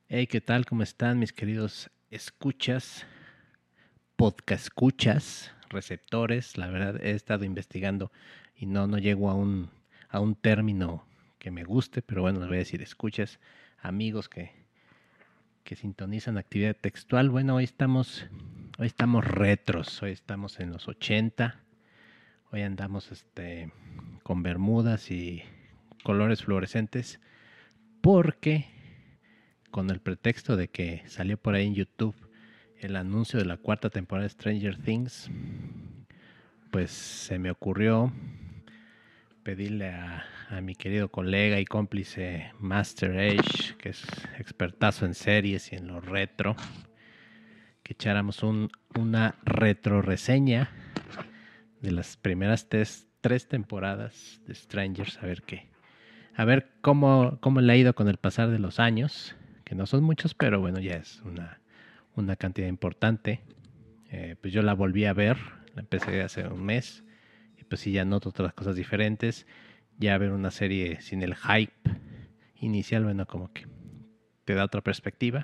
Hey, ¿qué tal? ¿Cómo están mis queridos escuchas, podcast escuchas, receptores? La verdad he estado investigando y no llego a un término que me guste, pero bueno, les voy a decir escuchas, amigos que sintonizan actividad textual. Bueno, hoy estamos retros, hoy estamos en los 80, hoy andamos con bermudas y colores fluorescentes porque con el pretexto de que salió por ahí en YouTube el anuncio de la cuarta temporada de Stranger Things, pues se me ocurrió pedirle a mi querido colega y cómplice Master Age, que es expertazo en series y en lo retro, que echáramos una retro reseña de las primeras tres temporadas de Strangers, a ver cómo le ha ido con el pasar de los años, que no son muchos, pero bueno, ya es una cantidad importante. Pues yo la volví a ver, la empecé hace un mes, y pues sí, ya noto otras cosas diferentes. Ya ver una serie sin el hype inicial, bueno, como que te da otra perspectiva.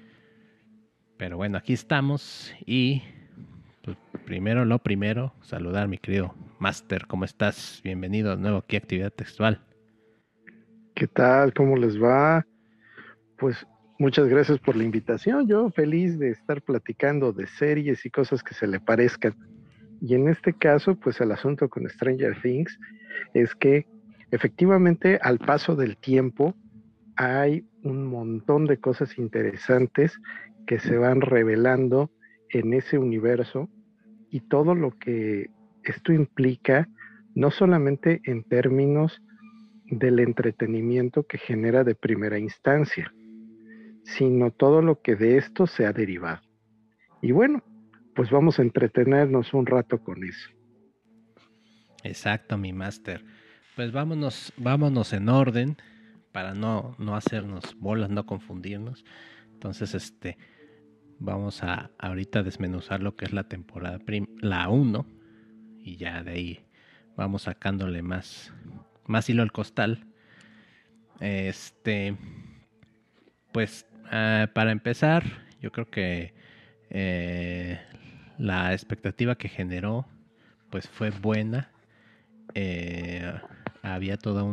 Pero bueno, aquí estamos y pues, primero lo primero, saludar a mi querido Master, ¿cómo estás? Bienvenido de nuevo aquí a Actividad Textual. ¿Qué tal? ¿Cómo les va? Pues muchas gracias por la invitación. Yo feliz de estar platicando de series y cosas que se le parezcan. Y en este caso, pues el asunto con Stranger Things es que efectivamente al paso del tiempo hay un montón de cosas interesantes que se van revelando en ese universo y todo lo que esto implica, no solamente en términos del entretenimiento que genera de primera instancia, sino todo lo que de esto se ha derivado. Y bueno, pues vamos a entretenernos un rato con eso. Exacto, mi Master. Pues vámonos en orden para no hacernos bolas, no confundirnos. Entonces, vamos a ahorita desmenuzar lo que es la temporada la uno y ya de ahí vamos sacándole más hilo al costal. Este, pues para empezar, yo creo que eh, la expectativa que generó pues fue buena. Eh, Había toda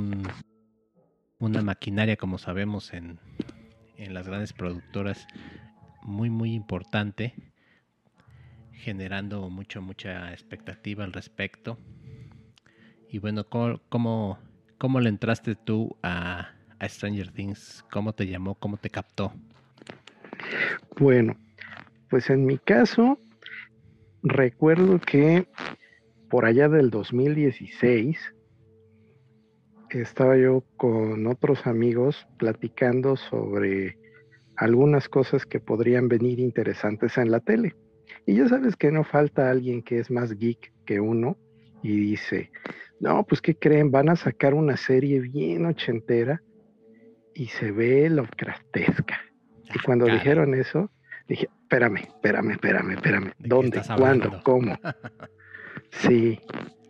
una maquinaria, como sabemos, en las grandes productoras muy importante, generando mucha expectativa al respecto. Y bueno, ¿cómo le entraste tú a Stranger Things? ¿Cómo te llamó? ¿Cómo te captó? Bueno, pues en mi caso, recuerdo que por allá del 2016 estaba yo con otros amigos platicando sobre algunas cosas que podrían venir interesantes en la tele. Y ya sabes que no falta alguien que es más geek que uno y dice, no, pues ¿qué creen? Van a sacar una serie bien ochentera y se ve Lovecraftesca. Y Ah, cuando caray. dijeron eso, dije, espérame, ¿De qué ¿dónde? estás ¿Cuándo? hablando? ¿Cómo? Sí,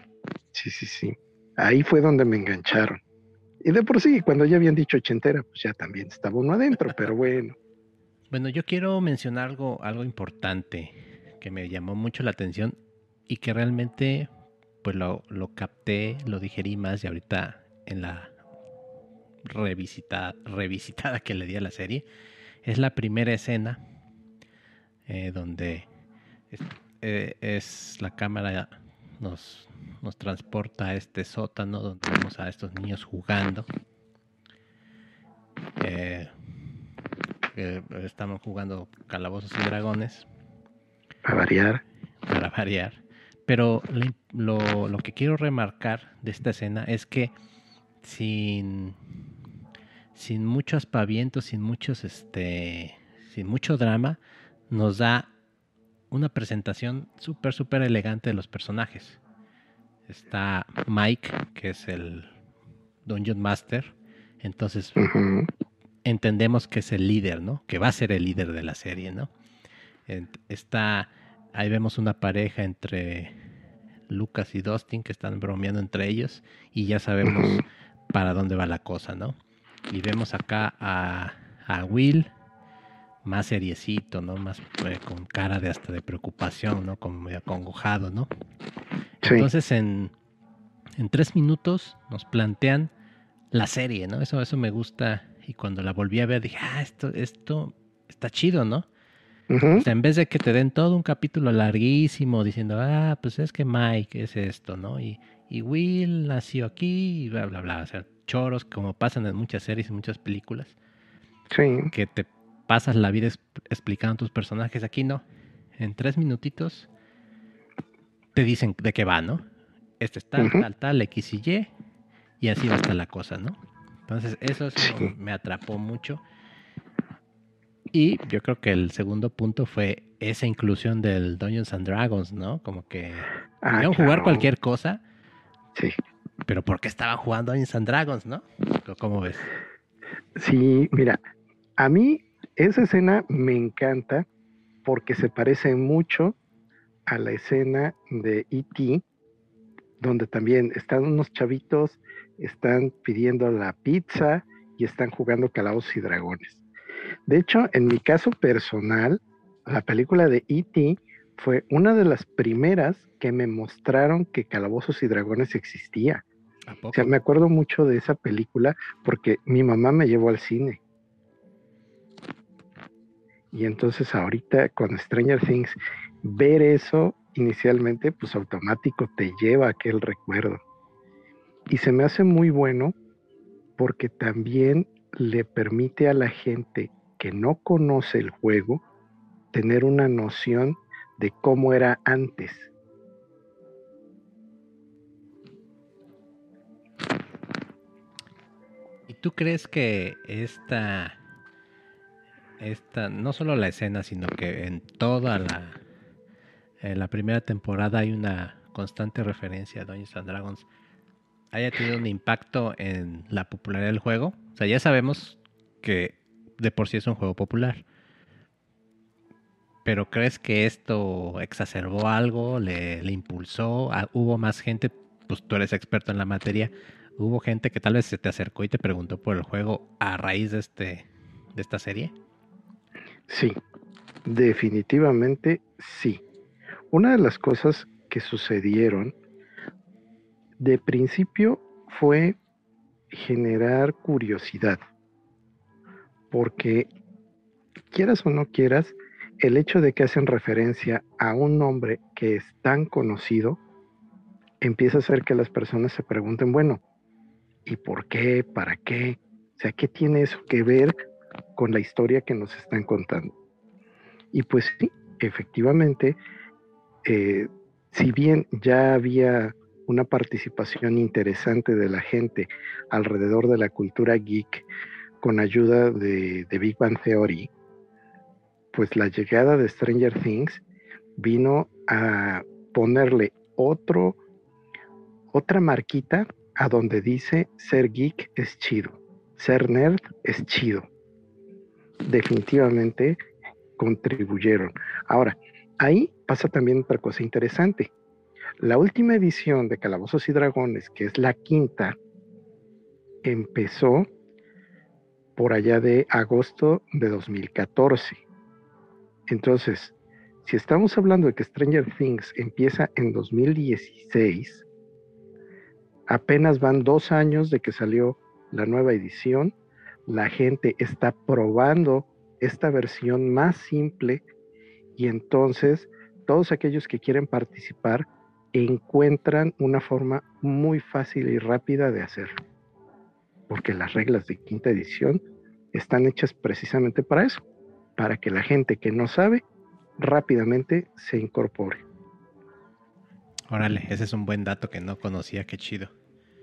sí. Ahí fue donde me engancharon. Y de por sí, cuando ya habían dicho ochentera, pues ya también estaba uno adentro, pero bueno. Bueno, yo quiero mencionar algo importante que me llamó mucho la atención y que realmente pues lo capté, lo digerí más y ahorita en la revisitada que le di a la serie es la primera escena donde es, es la cámara nos, nos transporta a este sótano donde vemos a estos niños jugando. Eh, Estamos jugando calabozos y dragones Para variar. para variar. Pero lo que quiero remarcar de esta escena es que sin, sin mucho aspaviento, sin mucho drama, nos da una presentación súper elegante de los personajes. Está Mike, que es el Dungeon Master. Entonces Ujú. entendemos que es el líder, ¿no? Que va a ser el líder de la serie, ¿no? Está, ahí vemos una pareja entre Lucas y Dustin que están bromeando entre ellos y ya sabemos Ujú. para dónde va la cosa, ¿no? Y vemos acá a Will, más seriecito, ¿no? Más con cara de hasta de preocupación, ¿no? Como medio acongojado, ¿no? Sí. Entonces en 3 minutos nos plantean la serie, ¿no? Eso me gusta. Y cuando la volví a ver dije, esto está chido, ¿no? O Ujú. sea, en vez de que te den todo un capítulo larguísimo diciendo, pues es que Mike es esto, ¿no? Y Will nació aquí y bla, bla, bla. O sea, choros como pasan en muchas series y muchas películas, Sí. que te pasas la vida explicando tus personajes. Aquí no. En 3 minutitos te dicen de qué va, ¿no? Este es tal, Ujú. tal, tal, X y Y, y así va a estar la cosa, ¿no? Entonces, eso Sí. me atrapó mucho. Y yo creo que el segundo punto fue esa inclusión del Dungeons and Dragons, ¿no? Como que pudieron jugar Claro. cualquier cosa, Sí. pero ¿por qué estaban jugando Dungeons and Dragons, no? ¿Cómo ves? Sí, mira, a mí esa escena me encanta porque se parece mucho a la escena de E.T., donde también están unos chavitos, están pidiendo la pizza y están jugando Calabozos y Dragones. De hecho, en mi caso personal, la película de E.T. fue una de las primeras que me mostraron que Calabozos y Dragones existía. ¿A O sea, poco? me acuerdo mucho de esa película porque mi mamá me llevó al cine. Y entonces ahorita con Stranger Things, ver eso inicialmente, pues automático te lleva a aquel recuerdo. Y se me hace muy bueno porque también le permite a la gente que no conoce el juego tener una noción de cómo era antes. ¿Y tú crees que no solo la escena, sino que en toda en la primera temporada hay una constante referencia a Dungeons and Dragons, haya tenido un impacto en la popularidad del juego? O sea, ya sabemos que de por sí es un juego popular, pero ¿crees que esto exacerbó algo? ¿Le impulsó? ¿Hubo más gente? Pues tú eres experto en la materia. ¿Hubo gente que tal vez se te acercó y te preguntó por el juego a raíz de esta serie? Sí, definitivamente sí. Una de las cosas que sucedieron de principio fue generar curiosidad, porque quieras o no quieras, el hecho de que hacen referencia a un nombre que es tan conocido, empieza a hacer que las personas se pregunten, bueno, ¿y por qué? ¿Para qué? O sea, ¿qué tiene eso que ver con la historia que nos están contando? Y pues sí, efectivamente, eh, si bien ya había una participación interesante de la gente alrededor de la cultura geek con ayuda de Big Bang Theory, pues la llegada de Stranger Things vino a ponerle otra marquita a donde dice ser geek es chido, ser nerd es chido. Definitivamente contribuyeron. Ahora, ahí pasa también otra cosa interesante. La última edición de Calabozos y Dragones, que es la quinta, empezó por allá de agosto de 2014. Entonces, si estamos hablando de que Stranger Things empieza en 2016, apenas van 2 años de que salió la nueva edición, la gente está probando esta versión más simple y entonces todos aquellos que quieren participar encuentran una forma muy fácil y rápida de hacerlo, porque las reglas de quinta edición están hechas precisamente para eso, para que la gente que no sabe rápidamente se incorpore. Órale, ese es un buen dato que no conocía, qué chido.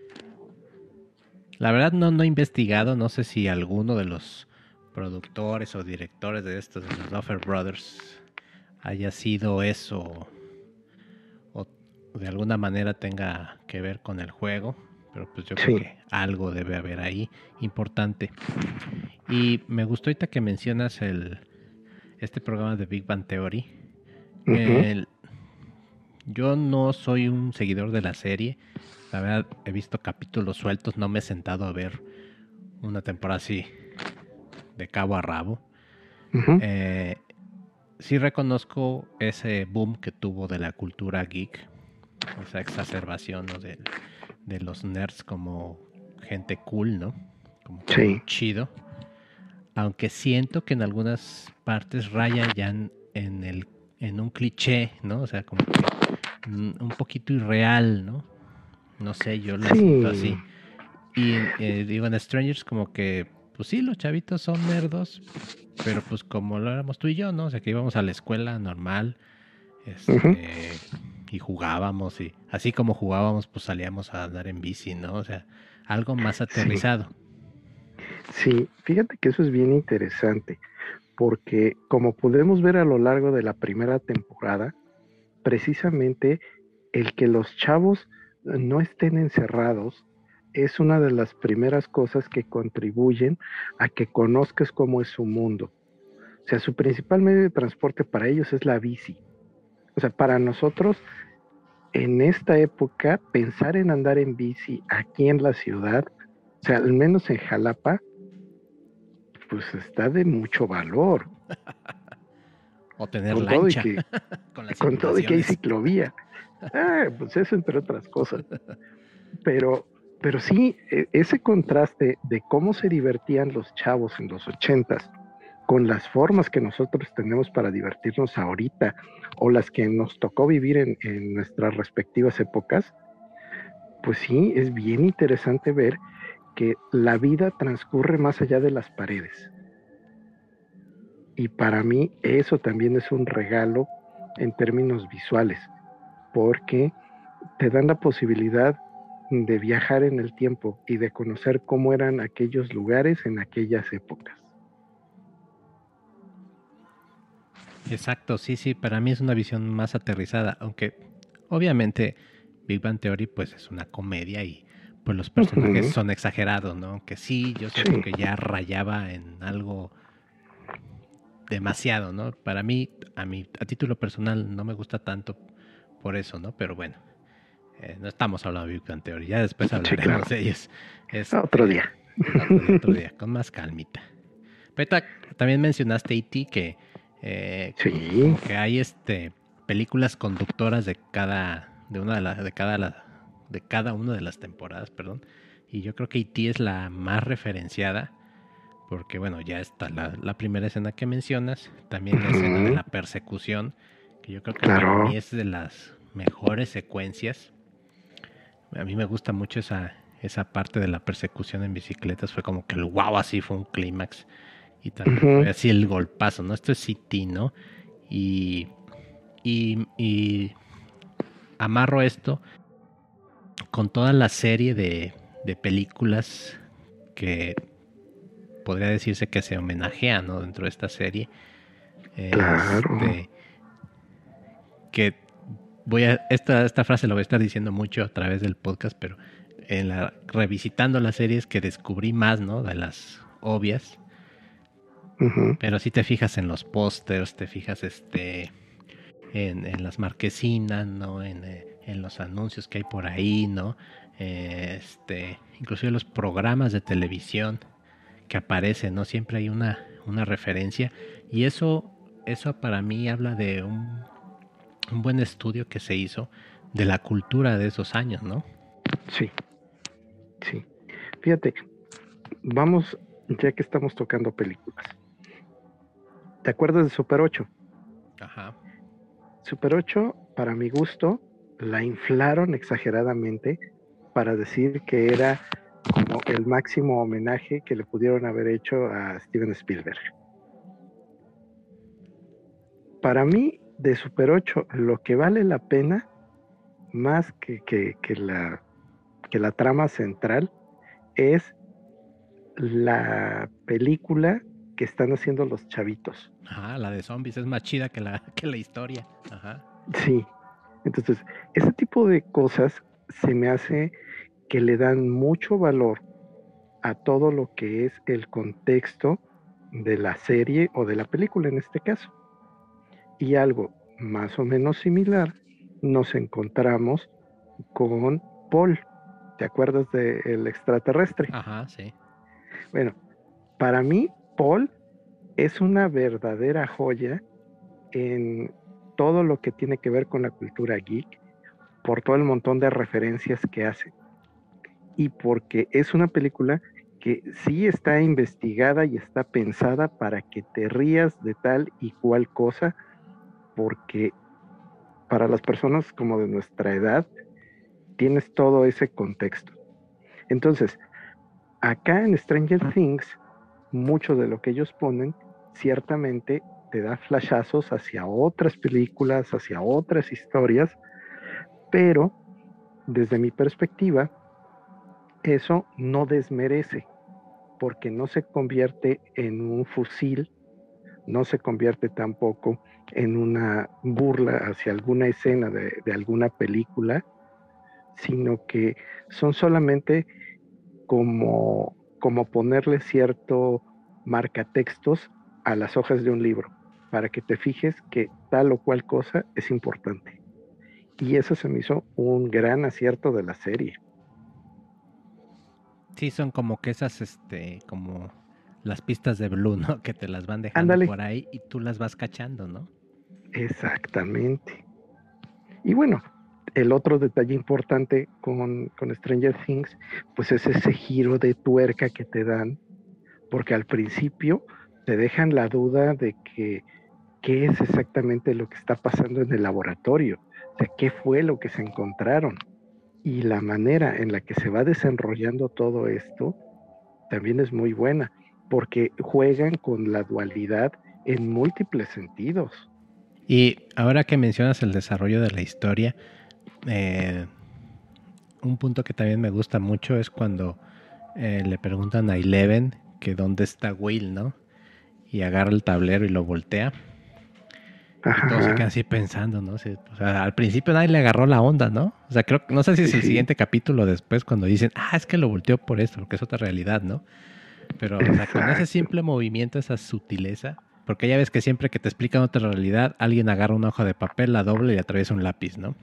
La verdad no he investigado, no sé si alguno de los productores o directores de estos, de los Duffer Brothers, haya sido eso o de alguna manera tenga que ver con el juego, pero pues yo creo Sí. que algo debe haber ahí importante. Y me gustó ahorita que mencionas este programa de Big Bang Theory. Uh-huh. El- yo no soy un seguidor de la serie, la verdad he visto capítulos sueltos, no me he sentado a ver una temporada así de cabo a rabo, Ujú. Sí reconozco ese boom que tuvo de la cultura geek, esa exacerbación, ¿no? De los nerds como gente cool, ¿no? Como Sí, chido. Aunque siento que en algunas partes raya ya en un cliché, ¿no? O sea, como que un poquito irreal, ¿no? No sé, yo la siento sí, así. Y digo, en Strangers como que, pues sí, los chavitos son nerdos, pero pues como lo éramos tú y yo, ¿no? O sea, que íbamos a la escuela normal, ujú, este, y jugábamos, y así como jugábamos, pues salíamos a andar en bici, ¿no? O sea, algo más sí, aterrizado. sí. Fíjate que eso es bien interesante, porque como podemos ver a lo largo de la primera temporada, precisamente el que los chavos no estén encerrados es una de las primeras cosas que contribuyen a que conozcas cómo es su mundo. O sea, su principal medio de transporte para ellos es la bici. O sea, para nosotros, en esta época, pensar en andar en bici aquí en la ciudad, o sea, al menos en Jalapa, pues está de mucho valor, O tener con todo y lancha que, con las con todo y que hay inundaciones. ciclovía. Pues eso entre otras cosas. Pero, pero sí, ese contraste de cómo se divertían los chavos en los ochentas con las formas que nosotros tenemos para divertirnos ahorita o las que nos tocó vivir en nuestras respectivas épocas, pues sí, es bien interesante ver que la vida transcurre más allá de las paredes. Y para mí eso también es un regalo en términos visuales, porque te dan la posibilidad de viajar en el tiempo y de conocer cómo eran aquellos lugares en aquellas épocas. Exacto, sí, sí, para mí es una visión más aterrizada, aunque obviamente Big Bang Theory pues es una comedia y pues los personajes Ujú, son exagerados, ¿no? Aunque sí, yo siento sí, que ya rayaba en algo demasiado, ¿no? Para mí, a título personal no me gusta tanto por eso, ¿no? Pero bueno, no estamos hablando de Big Bang Theory, ya después sí, hablaremos claro. de ellos. Otro día. Otro día, con más calmita. Pero también mencionaste E.T. que Sí, como que hay películas conductoras de una de las de cada una de las temporadas, perdón. Y yo creo que E.T. es la más referenciada porque bueno, ya está la primera escena que mencionas, también la escena de ujú, la persecución, que yo creo que para claro. mí es de las mejores secuencias. A mí me gusta mucho esa parte de la persecución en bicicletas, fue como que el wow, así fue un clímax. Y también Ujú, fue así el golpazo, ¿no? Esto es City, ¿no? Y, y amarro esto con toda la serie de películas que podría decirse que se homenajean, ¿no? Dentro de esta serie. claro. Este, que esta frase la voy a estar diciendo mucho a través del podcast, pero revisitando las series que descubrí más, ¿no? De las obvias. Ujú, Pero si te fijas en los pósters, te fijas en las marquesinas, ¿no? En los anuncios que hay por ahí, ¿no? Inclusive los programas de televisión que aparecen, ¿no? Siempre hay una referencia. Y eso para mí habla de un buen estudio que se hizo de la cultura de esos años, ¿no? sí, sí. Fíjate, vamos, ya que estamos tocando películas. ¿Te acuerdas de Super 8? Ajá. Super 8, para mi gusto, la inflaron exageradamente para decir que era como el máximo homenaje que le pudieron haber hecho a Steven Spielberg. Para mí, de Super 8, lo que vale la pena, más que la trama central, es la película que están haciendo los chavitos. Ajá, la de zombies es más chida que que la historia. Ajá. Sí, entonces, ese tipo de cosas se me hace que le dan mucho valor a todo lo que es el contexto de la serie o de la película en este caso. Y algo más o menos similar nos encontramos con Paul. ¿Te acuerdas del extraterrestre? Ajá, sí. Bueno, para mí, Paul es una verdadera joya en todo lo que tiene que ver con la cultura geek, por todo el montón de referencias que hace. Y porque es una película que sí está investigada y está pensada para que te rías de tal y cual cosa, porque para las personas como de nuestra edad tienes todo ese contexto. Entonces, acá en Stranger Things, mucho de lo que ellos ponen ciertamente te da flashazos hacia otras películas, hacia otras historias, pero desde mi perspectiva, eso no desmerece, porque no se convierte en un fusil, no se convierte tampoco en una burla hacia alguna escena de alguna película, sino que son solamente como ponerle cierto marcatextos a las hojas de un libro, para que te fijes que tal o cual cosa es importante. Y eso se me hizo un gran acierto de la serie. Sí, son como que esas, como las pistas de Blue, ¿no? Que te las van dejando Ándale, por ahí y tú las vas cachando, ¿no? exactamente. Y bueno, el otro detalle importante con Stranger Things, pues es ese giro de tuerca que te dan, porque al principio te dejan la duda de que qué es exactamente lo que está pasando en el laboratorio, o sea, qué fue lo que se encontraron. Y la manera en la que se va desenrollando todo esto también es muy buena, porque juegan con la dualidad en múltiples sentidos. Y ahora que mencionas el desarrollo de la historia, eh, un punto que también me gusta mucho es cuando le preguntan a Eleven que dónde está Will, ¿no? Y agarra el tablero y lo voltea. Y todos se quedan Ajá, así pensando, ¿no? O sea, al principio nadie le agarró la onda, ¿no? O sea, creo, no sé si es el sí, siguiente capítulo después cuando dicen, es que lo volteó por esto, porque es otra realidad, ¿no? Pero, o sea, con ese exacto. simple movimiento, esa sutileza, porque ya ves que siempre que te explican otra realidad, alguien agarra una hoja de papel, la dobla y le atraviesa un lápiz, ¿no?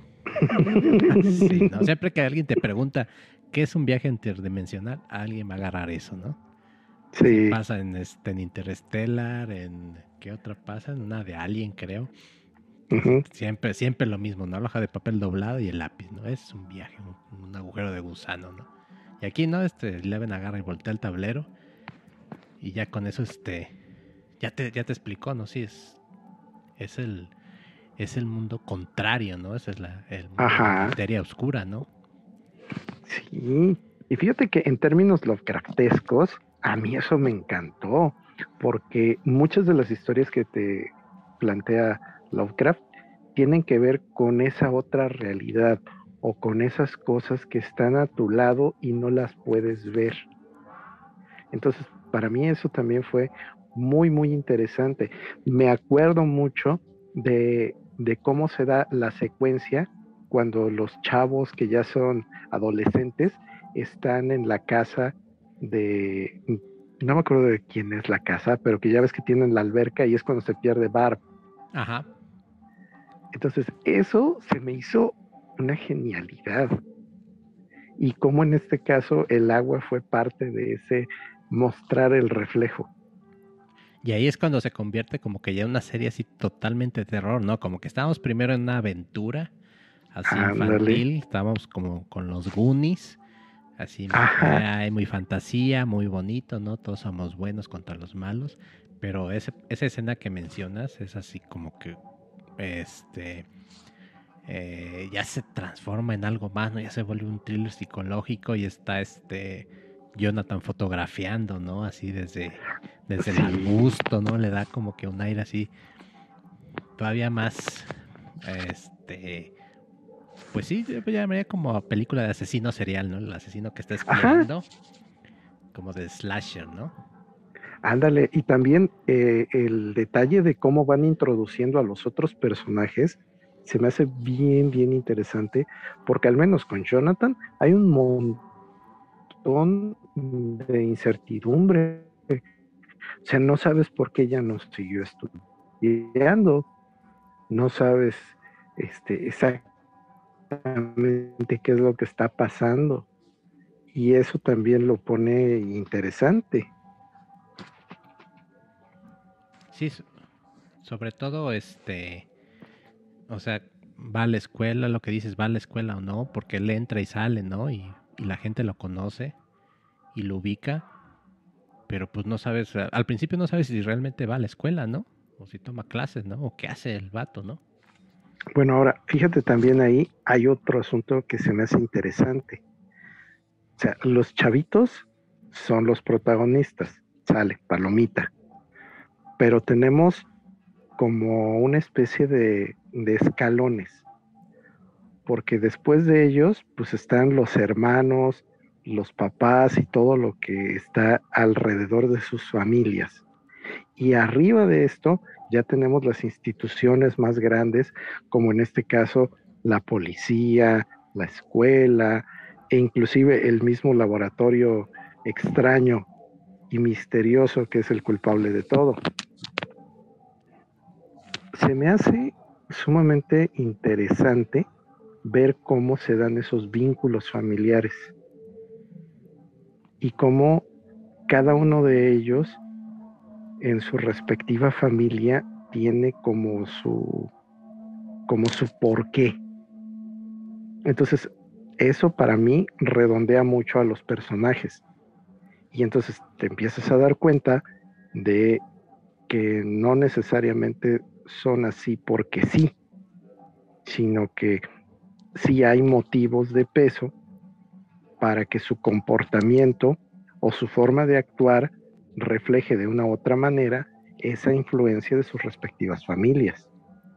Sí, ¿no? Siempre que alguien te pregunta qué es un viaje interdimensional, alguien va a agarrar eso, ¿no? Así Sí, pasa en Interstellar, en... ¿Qué otra pasa? En una de Alien, creo. Que uh-huh, siempre lo mismo, ¿no? La hoja de papel doblada y el lápiz, ¿no? Es un viaje, un agujero de gusano, ¿no? Y aquí, ¿no? Eleven agarra y voltea el tablero y ya con eso, ya te explicó, ¿no? Sí, es el, es el mundo contrario, ¿no? Ese es el mundo de la ajá, materia oscura, ¿no? sí. Y fíjate que en términos Lovecraftescos, a mí eso me encantó, porque muchas de las historias que te plantea Lovecraft tienen que ver con esa otra realidad o con esas cosas que están a tu lado y no las puedes ver. Entonces, para mí eso también fue muy, muy interesante. Me acuerdo mucho de cómo se da la secuencia cuando los chavos que ya son adolescentes están en la casa de, no me acuerdo de quién es la casa, pero que ya ves que tienen la alberca y es cuando se pierde Barb. Ajá. Entonces, eso se me hizo una genialidad. Y cómo en este caso el agua fue parte de ese mostrar el reflejo. Y ahí es cuando se convierte como que ya una serie así totalmente de terror, ¿no? Como que estábamos primero en una aventura así Ándale. infantil, estábamos como con los Goonies, así Ajá. muy fantasía, muy bonito, ¿no? Todos somos buenos contra los malos, pero esa escena que mencionas es así como que este ya se transforma en algo más, ¿no? Ya se vuelve un thriller psicológico y está Jonathan fotografiando, ¿no? Así desde el Sí. arbusto, ¿no? Le da como que un aire así todavía más, pues sí, yo llamaría como a película de asesino serial, ¿no? El asesino que está Ajá. espiando, como de slasher, ¿no? Ándale. Y también el detalle de cómo van introduciendo a los otros personajes se me hace bien, bien interesante, porque al menos con Jonathan hay un montón de incertidumbre. O sea, no sabes por qué ella no siguió estudiando, no sabes exactamente qué es lo que está pasando. Y eso también lo pone interesante. Sí, sobre todo, o sea, va a la escuela, lo que dices, va a la escuela o no, porque él entra y sale, ¿no? Y la gente lo conoce y lo ubica, pero pues no sabes, al principio no sabes si realmente va a la escuela, ¿no? O si toma clases, ¿no? O qué hace el vato, ¿no? Bueno, ahora, fíjate también ahí, hay otro asunto que se me hace interesante. O sea, los chavitos son los protagonistas, sale, palomita, pero tenemos como una especie de escalones, porque después de ellos, pues están los hermanos, los papás y todo lo que está alrededor de sus familias. Y arriba de esto ya tenemos las instituciones más grandes, como en este caso la policía, la escuela e inclusive el mismo laboratorio extraño y misterioso que es el culpable de todo. Se me hace sumamente interesante ver cómo se dan esos vínculos familiares y cómo cada uno de ellos en su respectiva familia tiene como su porqué. Entonces, eso para mí redondea mucho a los personajes. Y entonces te empiezas a dar cuenta de que no necesariamente son así porque sí, sino que sí hay motivos de peso para que su comportamiento o su forma de actuar refleje de una u otra manera esa influencia de sus respectivas familias.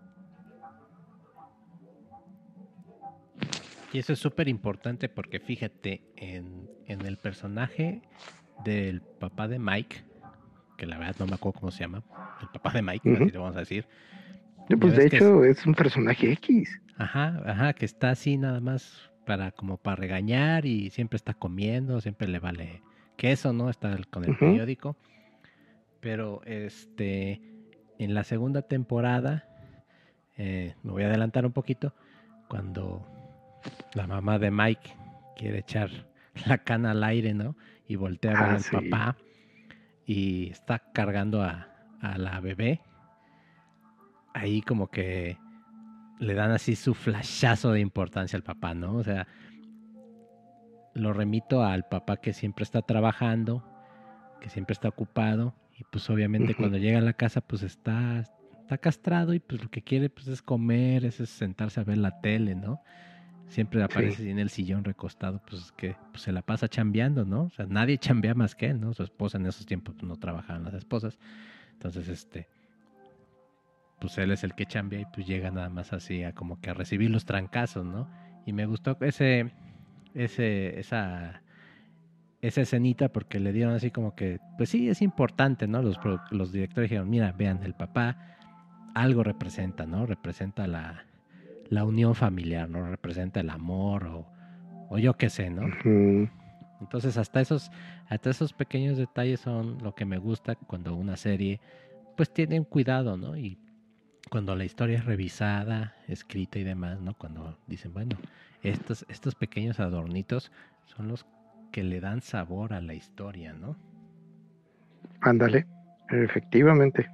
Y eso es súper importante porque fíjate, en el personaje del papá de Mike, que la verdad no me acuerdo cómo se llama, el papá de Mike, así Uh-huh. le vamos a decir. Ya Pues de ves que es, hecho es un personaje X. ajá, que está así nada más como para regañar y siempre está comiendo, siempre le vale queso, ¿no? Está con el Uh-huh. periódico. Pero en la segunda temporada, me voy a adelantar un poquito, cuando la mamá de Mike quiere echar la cana al aire, ¿no? Y voltea a ver Ah, al sí. papá y está cargando a la bebé. Ahí como que le dan así su flashazo de importancia al papá, ¿no? O sea, lo remito al papá que siempre está trabajando, que siempre está ocupado y pues obviamente Uh-huh. cuando llega a la casa pues está castrado y pues lo que quiere pues es comer, es sentarse a ver la tele, ¿no? Siempre Sí. aparece en el sillón recostado, pues que pues, se la pasa chambeando, ¿no? O sea, nadie chambea más que él, ¿no? Su esposa en esos tiempos pues, no trabajaban las esposas. Entonces, pues él es el que chambea y pues llega nada más así a como que a recibir los trancazos, ¿no? Y me gustó esa escenita porque le dieron así como que, pues sí, es importante, ¿no? Los directores dijeron, mira, vean, el papá algo representa, ¿no? Representa la unión familiar, ¿no? Representa el amor o yo qué sé, ¿no? Uh-huh. Entonces hasta esos pequeños detalles son lo que me gusta cuando una serie pues tiene un cuidado, ¿no? Y cuando la historia es revisada, escrita y demás, ¿no? Cuando dicen, bueno, estos pequeños adornitos son los que le dan sabor a la historia, ¿no? Ándale. Efectivamente.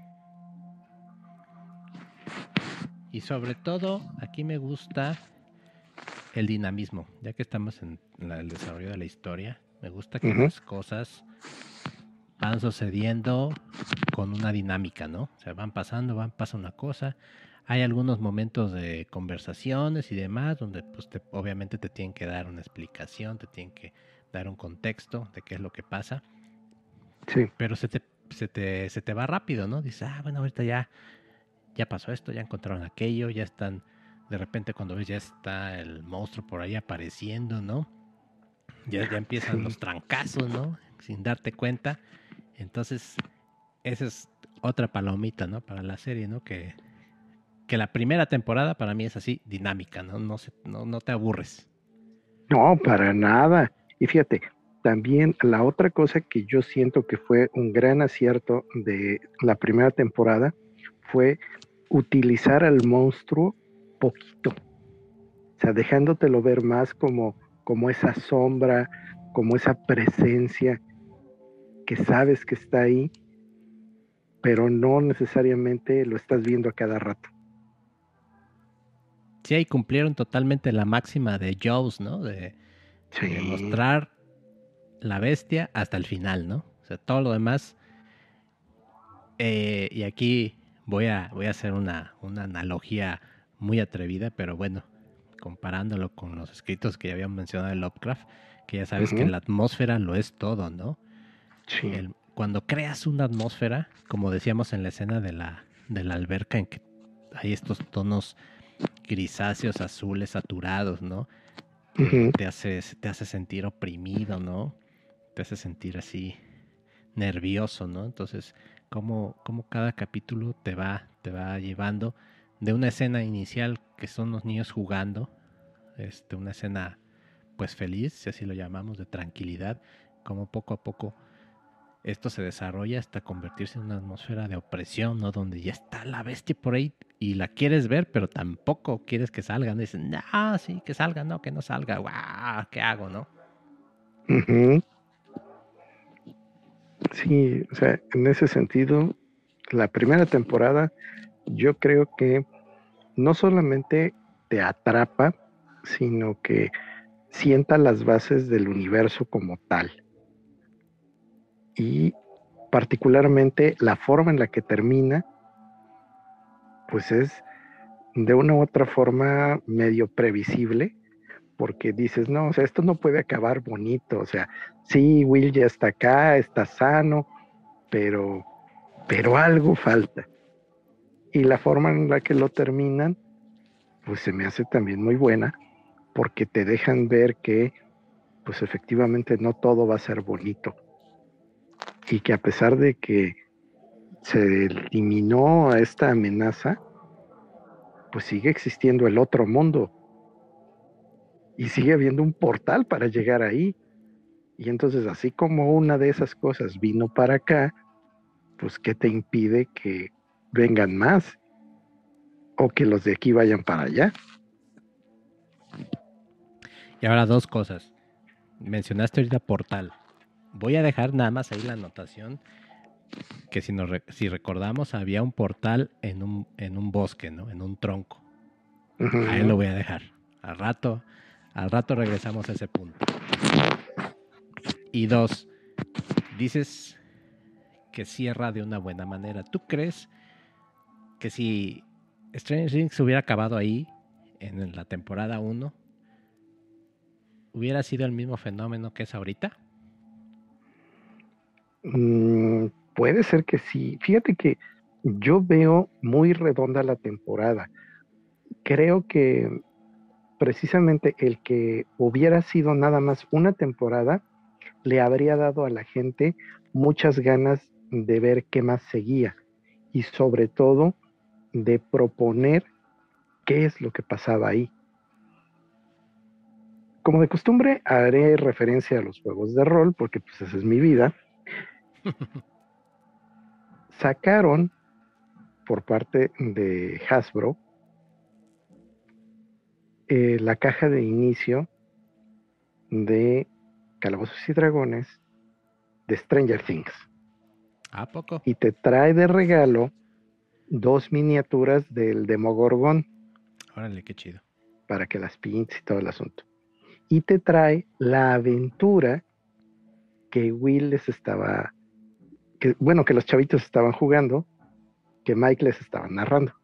Y sobre todo, aquí me gusta el dinamismo, ya que estamos en el desarrollo de la historia, me gusta que Uh-huh. las cosas van sucediendo con una dinámica, ¿no? O sea, pasa una cosa, hay algunos momentos de conversaciones y demás donde pues obviamente te tienen que dar una explicación, te tienen que dar un contexto de qué es lo que pasa, Sí. pero se te va rápido, ¿no? Dices, bueno, ahorita ya pasó esto, ya encontraron aquello, ya están, de repente cuando ves ya está el monstruo por ahí apareciendo, ¿no? Ya empiezan Sí. los trancazos, ¿no? Sin darte cuenta. Entonces, esa es otra palomita, ¿no? Para la serie, ¿no? Que la primera temporada para mí es así, dinámica, ¿no? No te aburres. No, para nada. Y fíjate, también la otra cosa que yo siento que fue un gran acierto de la primera temporada fue utilizar al monstruo poquito, o sea, dejándotelo ver más como esa sombra, como esa presencia que sabes que está ahí, pero no necesariamente lo estás viendo a cada rato. Sí, ahí cumplieron totalmente la máxima de Jaws, ¿no? De mostrar la bestia hasta el final, ¿no? O sea, todo lo demás. Y aquí voy a hacer una analogía muy atrevida, pero bueno, comparándolo con los escritos que ya habían mencionado de Lovecraft, que ya sabes que la atmósfera lo es todo, ¿no? Sí. Cuando creas una atmósfera, como decíamos en la escena de la alberca, en que hay estos tonos grisáceos, azules, saturados, ¿no? Te hace sentir oprimido, ¿no? Te hace sentir así nervioso, ¿no? Entonces, como cada capítulo te va llevando de una escena inicial que son los niños jugando, una escena pues feliz, si así lo llamamos, de tranquilidad, como poco a poco esto se desarrolla hasta convertirse en una atmósfera de opresión, ¿no? Donde ya está la bestia por ahí y la quieres ver, pero tampoco quieres que salga. Dicen, no, sí, que salga, no, que no salga. ¡Guau! ¿Qué hago, no? Sí, o sea, en ese sentido, la primera temporada yo creo que no solamente te atrapa, sino que sienta las bases del universo como tal. Y particularmente la forma en la que termina, pues es de una u otra forma medio previsible, porque dices, no, o sea, esto no puede acabar bonito, o sea, sí, Will ya está acá, está sano, pero algo falta. Y la forma en la que lo terminan, pues se me hace también muy buena, porque te dejan ver que, pues efectivamente no todo va a ser bonito. Y que a pesar de que se eliminó a esta amenaza, pues sigue existiendo el otro mundo. Y sigue habiendo un portal para llegar ahí. Y entonces, así como una de esas cosas vino para acá, pues ¿qué te impide que vengan más? O que los de aquí vayan para allá. Y ahora dos cosas. Mencionaste ahorita portal. Voy a dejar nada más ahí la anotación que si recordamos había un portal en un bosque, ¿no? En un tronco. Ahí lo voy a dejar. Al rato regresamos a ese punto. Y dos, dices que cierra de una buena manera. ¿Tú crees que si Stranger Things hubiera acabado ahí, en la temporada 1, hubiera sido el mismo fenómeno que es ahorita? Puede ser que sí. Fíjate que yo veo muy redonda la temporada. Creo que precisamente el que hubiera sido nada más una temporada le habría dado a la gente muchas ganas de ver qué más seguía y sobre todo de proponer qué es lo que pasaba ahí. Como de costumbre, haré referencia a los juegos de rol, porque pues esa es mi vida. Sacaron por parte de Hasbro la caja de inicio de Calabozos y Dragones de Stranger Things. ¿A poco? Y te trae de regalo 2 miniaturas del Demogorgon. Órale, qué chido. Para que las pintes y todo el asunto. Y te trae la aventura que Will les estaba, que los chavitos estaban jugando, que Mike les estaba narrando.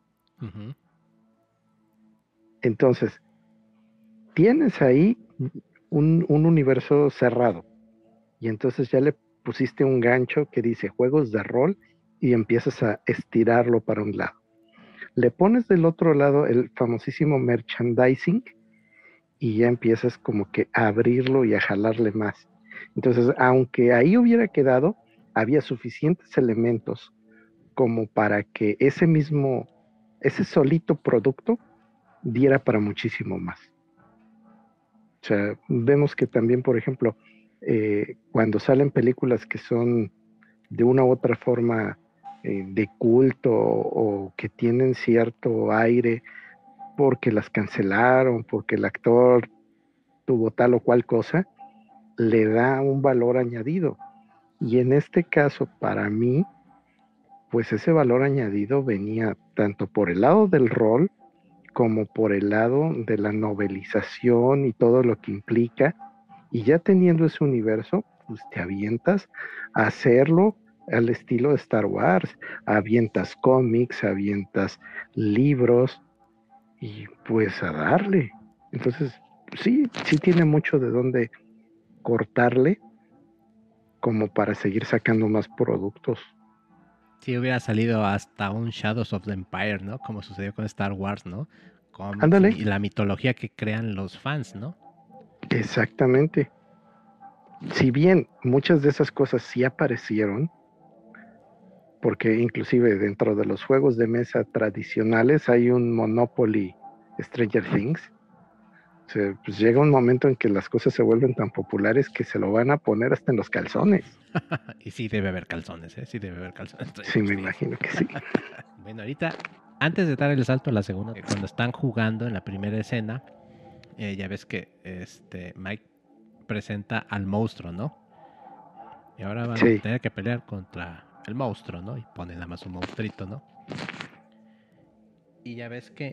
Entonces, tienes ahí un universo cerrado. Y entonces ya le pusiste un gancho que dice juegos de rol y empiezas a estirarlo para un lado. Le pones del otro lado el famosísimo merchandising y ya empiezas como que a abrirlo y a jalarle más. Entonces, aunque ahí hubiera quedado, había suficientes elementos como para que ese solito producto diera para muchísimo más. O sea, vemos que también, por ejemplo, cuando salen películas que son de una u otra forma de culto o que tienen cierto aire porque las cancelaron, porque el actor tuvo tal o cual cosa, le da un valor añadido. Y en este caso, para mí, pues ese valor añadido venía tanto por el lado del rol como por el lado de la novelización y todo lo que implica. Y ya teniendo ese universo, pues te avientas a hacerlo al estilo de Star Wars. Avientas cómics, avientas libros y pues a darle. Entonces, sí tiene mucho de dónde cortarle como para seguir sacando más productos. Si hubiera salido hasta un Shadows of the Empire, ¿no? Como sucedió con Star Wars, ¿no? Cómics Ándale, y la mitología que crean los fans, ¿no? exactamente. Si bien muchas de esas cosas sí aparecieron, porque inclusive dentro de los juegos de mesa tradicionales hay un Monopoly Stranger Things. O sea, pues llega un momento en que las cosas se vuelven tan populares que se lo van a poner hasta en los calzones. Y sí debe haber calzones, ¿eh? Sí debe haber calzones. Sí, me imagino que sí. Bueno, ahorita, antes de dar el salto a la segunda, cuando están jugando en la primera escena, ya ves que Mike presenta al monstruo, ¿no? Y ahora van a Sí. tener que pelear contra el monstruo, ¿no? Y pone nada más un monstruito, ¿no? Y ya ves que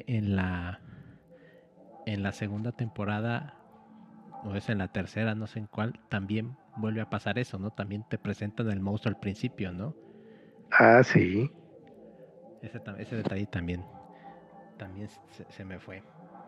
en la segunda temporada, o es en la tercera, no sé en cuál, también vuelve a pasar eso, ¿no? También te presentan el monstruo al principio, ¿no? Ah, sí. Ese detalle también se me fue.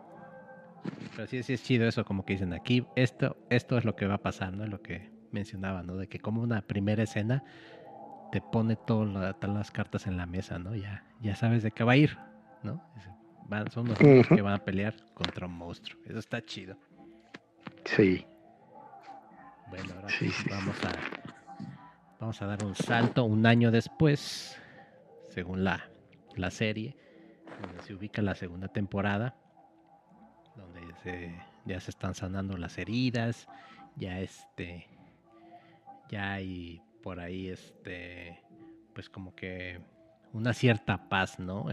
Pero sí es chido eso, como que dicen aquí, esto es lo que va a pasar, ¿no? Lo que mencionaba, ¿no? De que como una primera escena te pone todas las cartas en la mesa, ¿no? Ya sabes de qué va a ir, ¿no? Son unos niños Uh-huh. que van a pelear contra un monstruo. Eso está chido. Sí. Bueno, ahora Sí, sí, sí. vamos a dar un salto un año después, según la serie, donde se ubica la segunda temporada, donde ya se están sanando las heridas, ya ya hay por ahí pues como que una cierta paz, ¿no?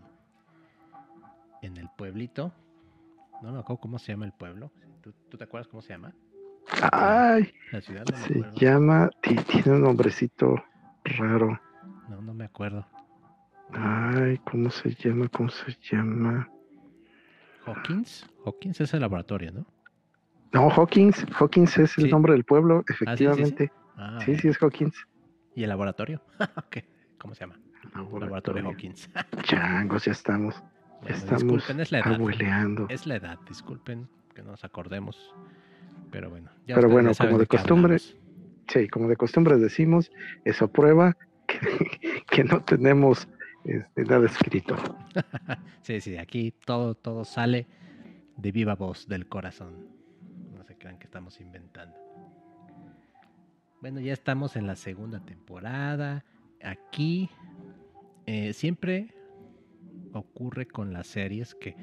En el pueblito. No me acuerdo cómo se llama el pueblo. ¿Tú te acuerdas cómo se llama? Ay, La ciudad no me se acuerdo. llama, tiene un nombrecito raro. No me acuerdo. Ay, ¿cómo se llama? ¿Cómo se llama? Hawkins. Hawkins es el laboratorio, ¿no? No, Hawkins. Hawkins es el Sí. nombre del pueblo, Ah, sí, sí, sí. efectivamente. Ah, Sí, sí, bueno. es Hawkins. ¿Y el laboratorio? ¿Qué? ¿Cómo se llama? Laboratorio Laboratorio. Hawkins. Changos, ya estamos. Ya Bueno, estamos disculpen, es la edad. abueleando. Es la edad, disculpen que no nos acordemos. Pero bueno, ya Pero ustedes ya bueno, saben como de de qué costumbre, hablamos. sí, como de costumbre decimos, eso prueba que, que no tenemos nada escrito. Sí, aquí todo sale de viva voz, del corazón. No se crean que estamos inventando. Bueno, ya estamos en la segunda temporada. Aquí siempre ocurre con las series que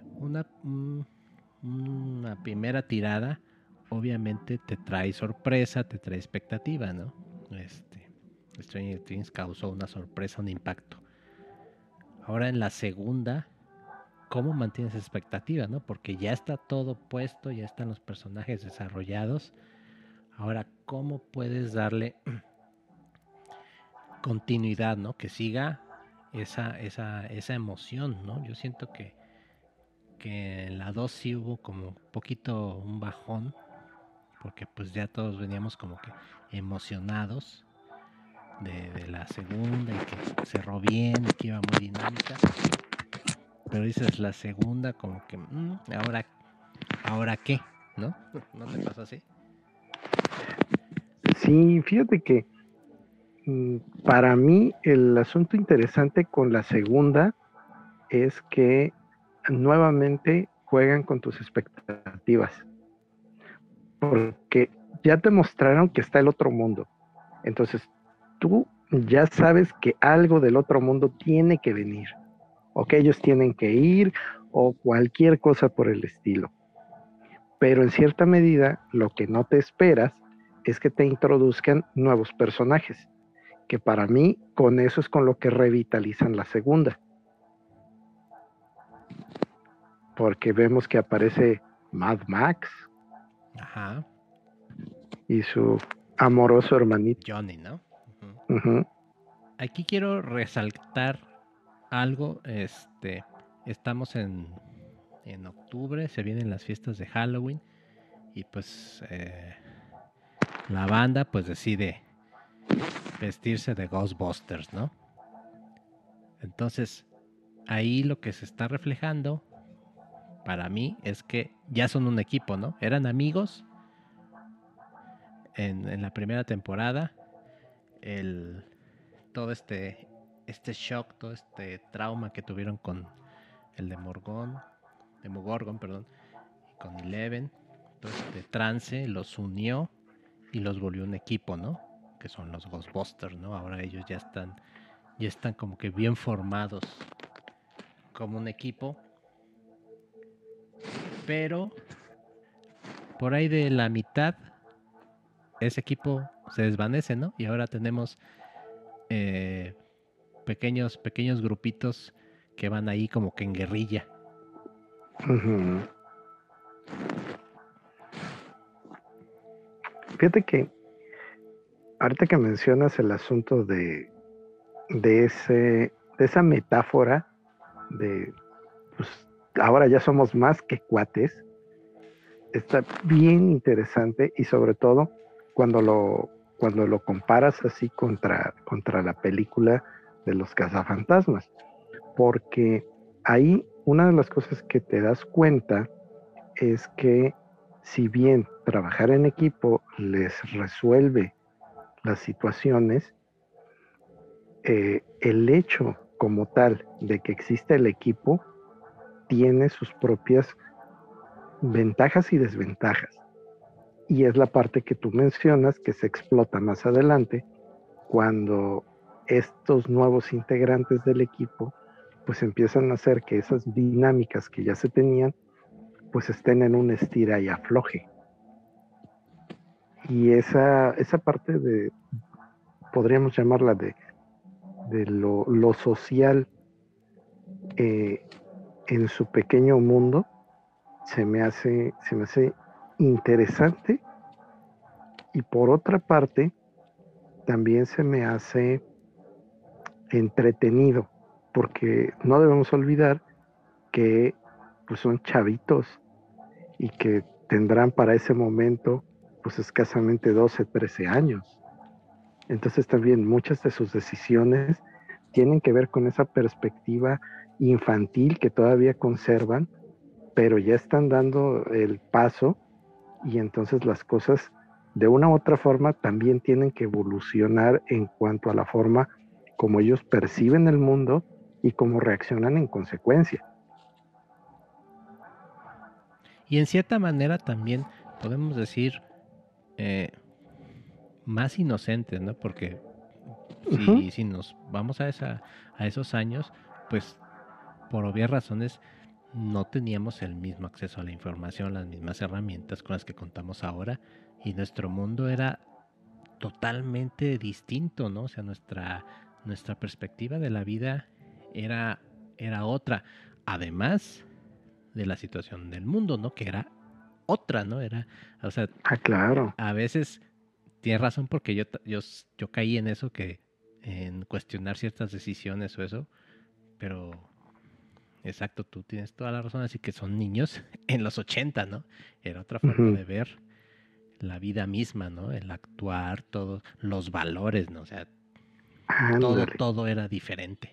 una primera tirada obviamente te trae sorpresa, te trae expectativa, ¿no? Stranger Things causó una sorpresa, un impacto. Ahora en la segunda, ¿cómo mantienes expectativa, no? Porque ya está todo puesto, ya están los personajes desarrollados. Ahora, ¿cómo puedes darle continuidad, ¿no? Que siga esa emoción, ¿no? Yo siento que en la 2 sí hubo como un poquito un bajón, porque pues ya todos veníamos como que emocionados de la segunda y que cerró bien y que iba muy dinámica. Pero dices la segunda como que, ¿ahora qué? ¿No? ¿No te pasa así? Sí, fíjate que para mí el asunto interesante con la segunda es que nuevamente juegan con tus expectativas, porque ya te mostraron que está el otro mundo. Entonces, tú ya sabes que algo del otro mundo tiene que venir, o que ellos tienen que ir, o cualquier cosa por el estilo. Pero en cierta medida, lo que no te esperas es que te introduzcan nuevos personajes, que para mí con eso es con lo que revitalizan la segunda. Porque vemos que aparece Mad Max Ajá. y su amoroso hermanito. Johnny, ¿no? Uh-huh. aquí quiero resaltar algo. Estamos en octubre, se vienen las fiestas de Halloween y pues la banda pues decide vestirse de Ghostbusters, ¿no? Entonces, ahí lo que se está reflejando para mí es que ya son un equipo, ¿no? Eran amigos en la primera temporada. Todo este shock, todo este trauma que tuvieron con el Demogorgon, perdón, y con Eleven, todo este trance los unió y los volvió un equipo, ¿no? Que son los Ghostbusters, ¿no? Ahora ellos ya están como que bien formados como un equipo, pero por ahí de la mitad ese equipo se desvanece, ¿no? Y ahora tenemos pequeños grupitos que van ahí como que en guerrilla. Uh-huh. Fíjate que ahorita que mencionas el asunto de esa metáfora de pues ahora ya somos más que cuates, está bien interesante y sobre todo cuando lo comparas así contra la película de los cazafantasmas, porque ahí una de las cosas que te das cuenta es que si bien trabajar en equipo les resuelve las situaciones, el hecho como tal de que existe el equipo tiene sus propias ventajas y desventajas. Y es la parte que tú mencionas que se explota más adelante cuando estos nuevos integrantes del equipo pues empiezan a hacer que esas dinámicas que ya se tenían pues estén en un estira y afloje. Y esa parte podríamos llamarla de lo social en su pequeño mundo, se me hace interesante y por otra parte también se me hace entretenido, porque no debemos olvidar que pues son chavitos y que tendrán para ese momento pues escasamente 12, 13 años. Entonces también muchas de sus decisiones tienen que ver con esa perspectiva infantil que todavía conservan, pero ya están dando el paso y entonces las cosas de una u otra forma también tienen que evolucionar en cuanto a la forma como ellos perciben el mundo y cómo reaccionan en consecuencia. Y en cierta manera también podemos decir más inocentes, ¿no? Porque Uh-huh. si nos vamos a esos años, pues por obvias razones no teníamos el mismo acceso a la información, las mismas herramientas con las que contamos ahora, y nuestro mundo era totalmente distinto, ¿no? O sea, nuestra perspectiva de la vida era otra, además de la situación del mundo, ¿no? Que era otra, ¿no? O sea, Claro. a veces tienes razón porque yo caí en eso, que en cuestionar ciertas decisiones o eso, pero exacto, tú tienes toda la razón, así que son niños en los 80, ¿no? Era otra forma Uh-huh. de ver la vida misma, ¿no? El actuar, todos los valores, ¿no? O sea, Ándale. todo era diferente.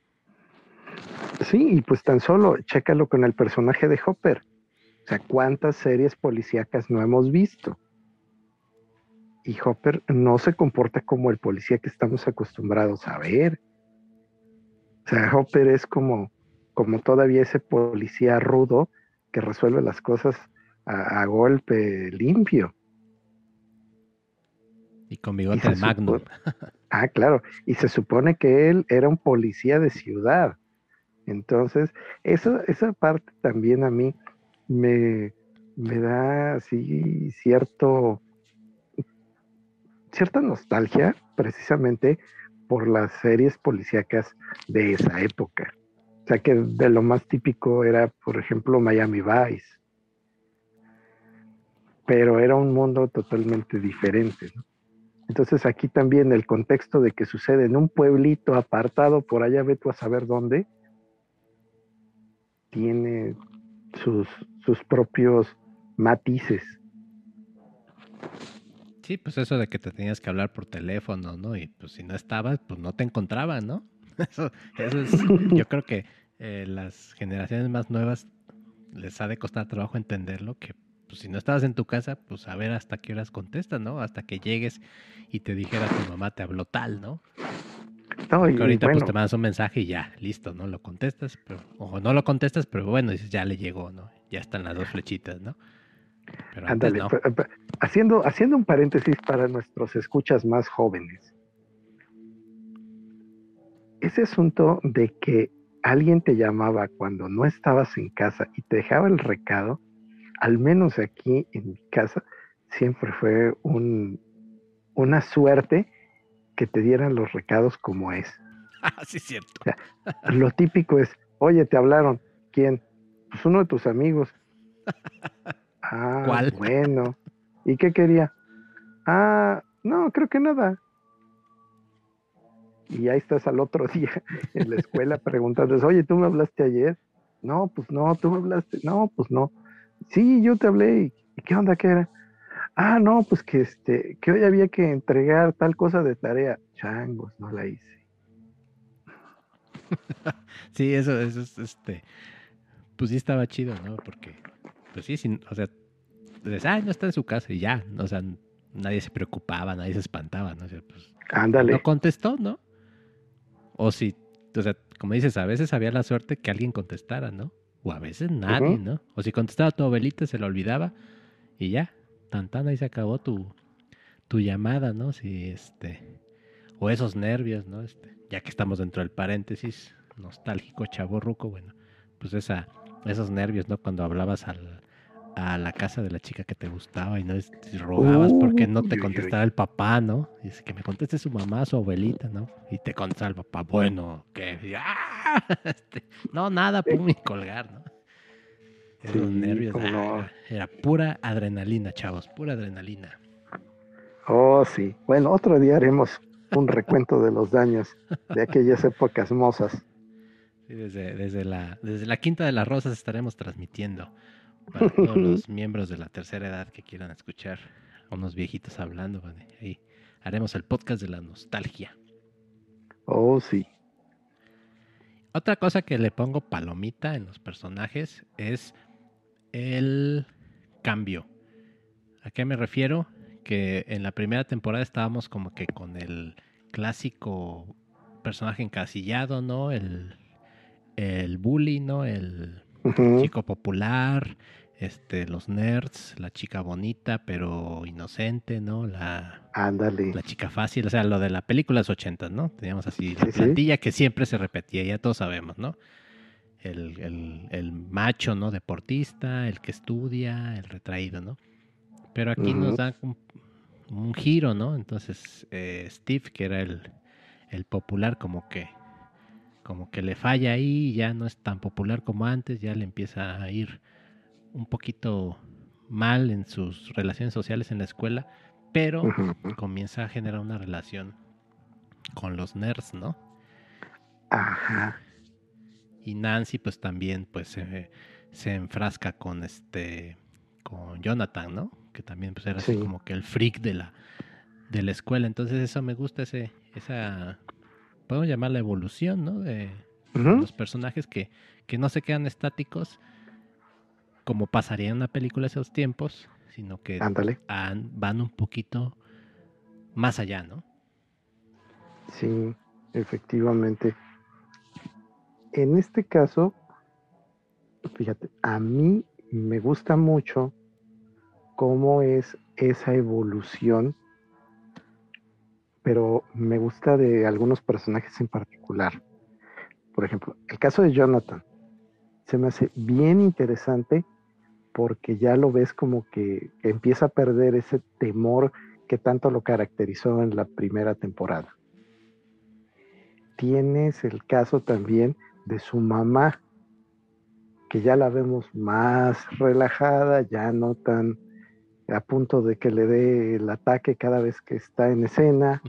Sí, y pues tan solo chécalo con el personaje de Hopper. O sea, ¿cuántas series policíacas no hemos visto? Y Hopper no se comporta como el policía que estamos acostumbrados a ver. O sea, Hopper es como todavía ese policía rudo que resuelve las cosas a golpe limpio. Y con Y bigote se de Magnum. supone, claro, y se supone que él era un policía de ciudad. Entonces, esa parte también a mí me, me da así cierta nostalgia, precisamente por las series policíacas de esa época. O sea que de lo más típico era, por ejemplo, Miami Vice, pero era un mundo totalmente diferente, ¿no? Entonces aquí también el contexto de que sucede en un pueblito apartado, por allá ve tú a saber dónde, tiene sus, sus propios matices. Sí, pues eso de que te tenías que hablar por teléfono, ¿no? Y pues si no estabas, pues no te encontraban, ¿no? Eso es, yo creo que las generaciones más nuevas les ha de costar trabajo entenderlo, que pues si no estabas en tu casa, pues a ver hasta qué horas contestas, ¿no? Hasta que llegues y te dijera tu mamá te habló tal, ¿no? No, Porque y ahorita pues bueno, te mandas un mensaje y ya, listo, ¿no? Lo contestas, pero, o no lo contestas, pero bueno, dices, ya le llegó, ¿no? Ya están las dos flechitas, ¿no? Pero antes ándale, no. haciendo un paréntesis para nuestros escuchas más jóvenes, ese asunto de que alguien te llamaba cuando no estabas en casa y te dejaba el recado, al menos aquí en mi casa, siempre fue una suerte que te dieran los recados como es. Ah, sí, es cierto. O sea, lo típico es, oye, te hablaron. ¿Quién? Pues uno de tus amigos. Ah, ¿Cuál? bueno. ¿Y qué quería? Ah, no, creo que nada. Y ahí estás al otro día en la escuela preguntándoles, oye, ¿tú me hablaste ayer? No, pues no, tú me hablaste. No, pues no. Sí, yo te hablé. ¿Y qué onda? ¿Qué era? Ah, no, pues que que hoy había que entregar tal cosa de tarea. Changos, no la hice. Sí, eso es, pues sí estaba chido, ¿no? Porque, pues sí, o sea, dices, ay, no está en su casa y ya, o sea, nadie se preocupaba, nadie se espantaba, ¿no? O sea, pues no Ándale. contestó, ¿no? O si, o sea, como dices, a veces había la suerte que alguien contestara, ¿no? O a veces nadie, Ujú. ¿no? O si contestaba tu abuelita, se lo olvidaba y ya, tan ahí se acabó tu llamada, ¿no? Si o esos nervios, ¿no? Ya que estamos dentro del paréntesis nostálgico, chavorruco, bueno, pues esos nervios, ¿no? Cuando hablabas a la casa de la chica que te gustaba y no y rogabas porque no te Uy, uy, uy. contestaba el papá, ¿no? Dice que me conteste su mamá, su abuelita, ¿no? Y te contestaba el papá, bueno, ¿qué? Y, ¡ah! No, nada, pum, y colgar, ¿no? Esos Sí, nervios, cómo no. era pura adrenalina, chavos, pura adrenalina. Oh, sí. Bueno, otro día haremos un recuento de los daños de aquellas épocas mozas. Sí, desde la Quinta de las Rosas estaremos transmitiendo para todos los miembros de la tercera edad que quieran escuchar a unos viejitos hablando. ¿Vale? Ahí haremos el podcast de la nostalgia. Oh, sí. Otra cosa que le pongo palomita en los personajes es el cambio. ¿A qué me refiero? Que en la primera temporada estábamos como que con el clásico personaje encasillado, ¿no? El bully, ¿no? El Ujú. chico popular, los nerds, la chica bonita pero inocente, ¿no? Ándale. La chica fácil, o sea, lo de la película de los 80, ¿no? Teníamos así la Sí, sí. plantilla que siempre se repetía, ya todos sabemos, ¿no? El macho, ¿no? Deportista, el que estudia, el retraído, ¿no? Pero aquí nos Ujú. da un giro, ¿no? Entonces, Steve, que era el popular, como que le falla ahí, ya no es tan popular como antes, ya le empieza a ir un poquito mal en sus relaciones sociales en la escuela, pero Ujú. comienza a generar una relación con los nerds, ¿no? Ajá. Y Nancy pues también pues se enfrasca con Jonathan, ¿no? Que también pues era así Sí. como que el freak de la escuela, entonces eso me gusta, esa, podemos llamarla evolución, ¿no? De Ujú. los personajes que no se quedan estáticos como pasaría en una película de esos tiempos, sino que Ándale. van un poquito más allá, ¿no? Sí, efectivamente. En este caso, fíjate, a mí me gusta mucho cómo es esa evolución, pero me gusta de algunos personajes en particular. Por ejemplo, el caso de Jonathan se me hace bien interesante porque ya lo ves como que empieza a perder ese temor que tanto lo caracterizó en la primera temporada. Tienes el caso también de su mamá, que ya la vemos más relajada, ya no tan a punto de que le dé el ataque cada vez que está en escena.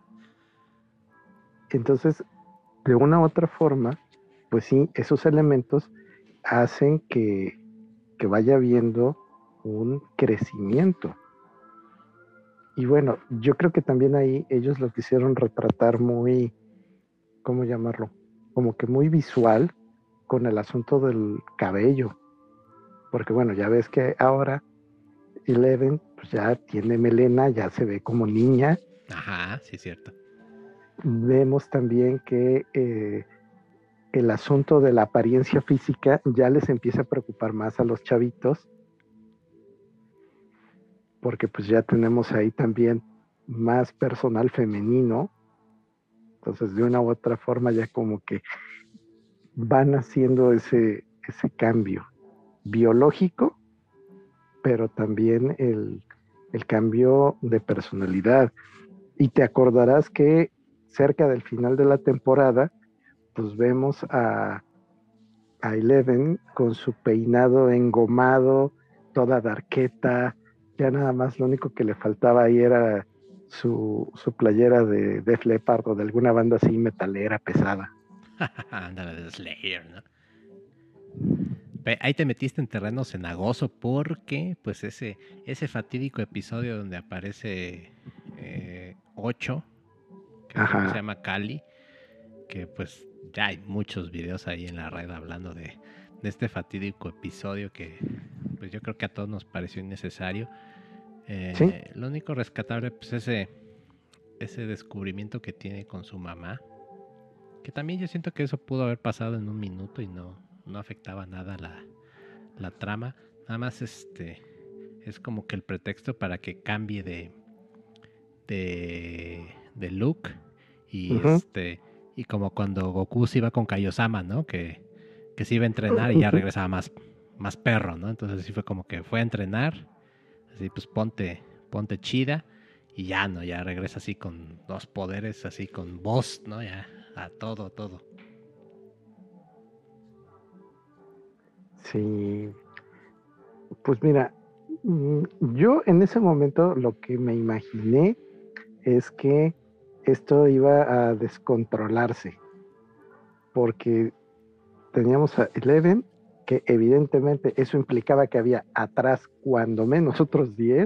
Entonces, de una u otra forma, pues sí, esos elementos hacen que vaya habiendo un crecimiento. Y bueno, yo creo que también ahí ellos lo quisieron retratar muy, ¿cómo llamarlo? Como que muy visual con el asunto del cabello. Porque bueno, ya ves que ahora Eleven pues ya tiene melena, ya se ve como niña. Ajá, sí es cierto. Vemos también que el asunto de la apariencia física ya les empieza a preocupar más a los chavitos, porque pues ya tenemos ahí también más personal femenino. Entonces, de una u otra forma, ya como que van haciendo ese cambio biológico, pero también el cambio de personalidad. Y te acordarás que cerca del final de la temporada, pues vemos a Eleven con su peinado engomado, toda darqueta, ya nada más lo único que le faltaba ahí era su playera de Def Leppard o de alguna banda así metalera pesada. Ándale, de Slayer, ¿no? Ahí te metiste en terreno cenagoso porque, pues, ese fatídico episodio donde aparece 8, que creo que se Ajá. llama Cali, que pues ya hay muchos videos ahí en la red hablando de este fatídico episodio que pues yo creo que a todos nos pareció innecesario. Sí, Lo único rescatable, pues ese descubrimiento que tiene con su mamá, que también yo siento que eso pudo haber pasado en un minuto y no afectaba nada la trama. Nada más es como que el pretexto para que cambie de look y uh-huh. y como cuando Goku se iba con Kaiosama, ¿no? Que se iba a entrenar y ya regresaba más perro, ¿no? Entonces así fue como que fue a entrenar, así pues ponte chida y ya, ¿no? Ya regresa así con los poderes, así con voz, ¿no? Ya a todo. Sí, pues mira, yo en ese momento lo que me imaginé es que esto iba a descontrolarse, porque teníamos a Eleven, que evidentemente eso implicaba que había atrás cuando menos otros 10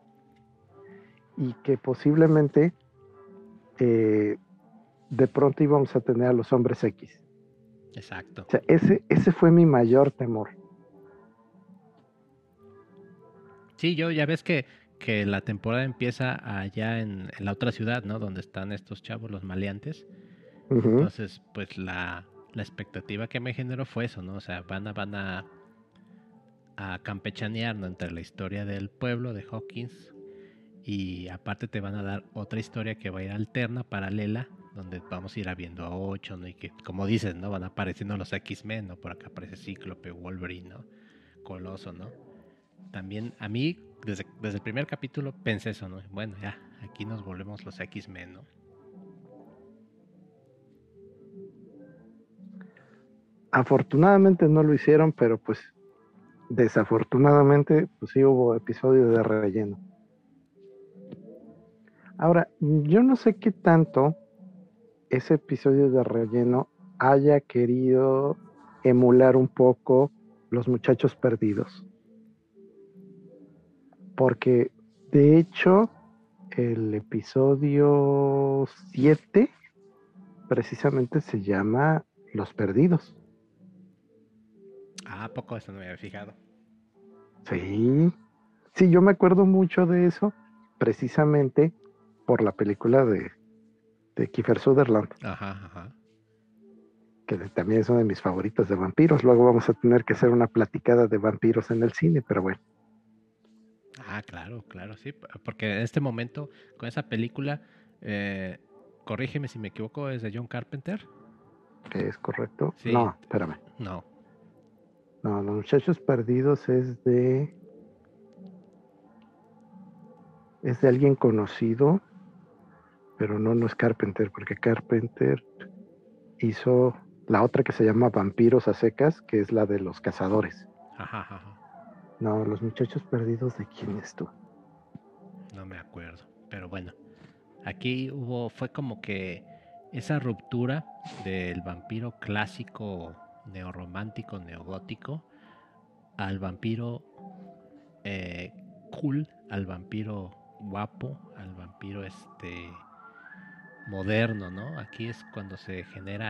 y que posiblemente de pronto íbamos a tener a los hombres X. Exacto. O sea, ese fue mi mayor temor. Sí, yo ya ves que la temporada empieza allá en la otra ciudad, ¿no? Donde están estos chavos, los maleantes. Uh-huh. Entonces, pues la expectativa que me generó fue eso, ¿no? O sea, van a campechanear, ¿no? Entre la historia del pueblo de Hawkins y aparte te van a dar otra historia que va a ir alterna, paralela, donde vamos a ir viendo a 8, ¿no? Y que, como dices, ¿no? Van apareciendo los X-Men, ¿no? Por acá aparece Cíclope, Wolverine, ¿no? Coloso, ¿no? También a mí, desde el primer capítulo, pensé eso, ¿no? Bueno, ya, aquí nos volvemos los X-Men, ¿no? Afortunadamente no lo hicieron, pero pues desafortunadamente pues sí hubo episodios de relleno. Ahora, yo no sé qué tanto ese episodio de relleno haya querido emular un poco Los Muchachos Perdidos. Porque de hecho el episodio 7 precisamente se llama Los Perdidos. Ah, ¿a poco eso no me había fijado? Sí, sí, yo me acuerdo mucho de eso precisamente por la película de Kiefer Sutherland, Ajá. que también es una de mis favoritas de vampiros. Luego vamos a tener que hacer una platicada de vampiros en el cine, pero bueno. Ah, claro, sí. Porque en este momento, con esa película, eh, corrígeme si me equivoco, es de John Carpenter. ¿Es correcto? Sí, No, espérame. no. No, Los Muchachos Perdidos es de alguien conocido, pero no es Carpenter, porque Carpenter hizo la otra que se llama Vampiros a secas, que es la de los cazadores. Ajá. No, Los Muchachos Perdidos, ¿de quién es tú? No me acuerdo. Pero bueno, aquí fue como que esa ruptura del vampiro clásico, neorromántico, neogótico, al vampiro cool, al vampiro guapo, al vampiro moderno, ¿no? Aquí es cuando se genera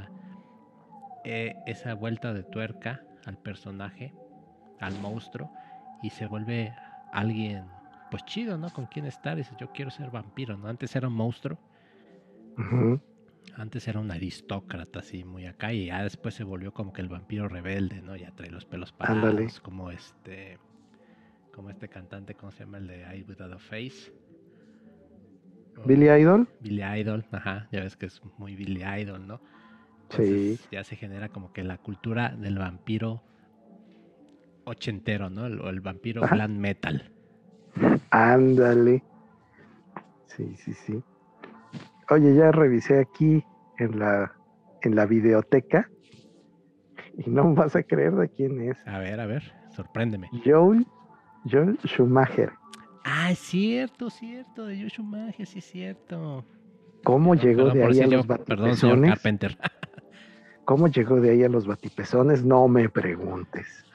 esa vuelta de tuerca al personaje, al monstruo, y se vuelve alguien pues chido, ¿no? Con quien estar, dices, yo quiero ser vampiro, ¿no? Antes era un monstruo, Ujú. antes era un aristócrata así muy acá, y ya después se volvió como que el vampiro rebelde, ¿no? Ya trae los pelos Ándale. parados, como este cantante, ¿cómo se llama? El de I Without a Face. Billy Idol. Billy Idol, ajá, ya ves que es muy Billy Idol, ¿no? Sí. Entonces ya se genera como que la cultura del vampiro ochentero, ¿no? El vampiro Ajá. glam metal. Ándale. Sí, sí, sí. Oye, ya revisé aquí en la videoteca y no vas a creer de quién es. A ver, sorpréndeme. Joel Schumacher. Ah, es cierto, de Joshua Magia, sí es cierto. ¿Cómo Perdón, llegó perdón de por ahí a decir los yo, perdón, señor batipezones? Carpenter. ¿Cómo llegó de ahí a los batipezones? No me preguntes.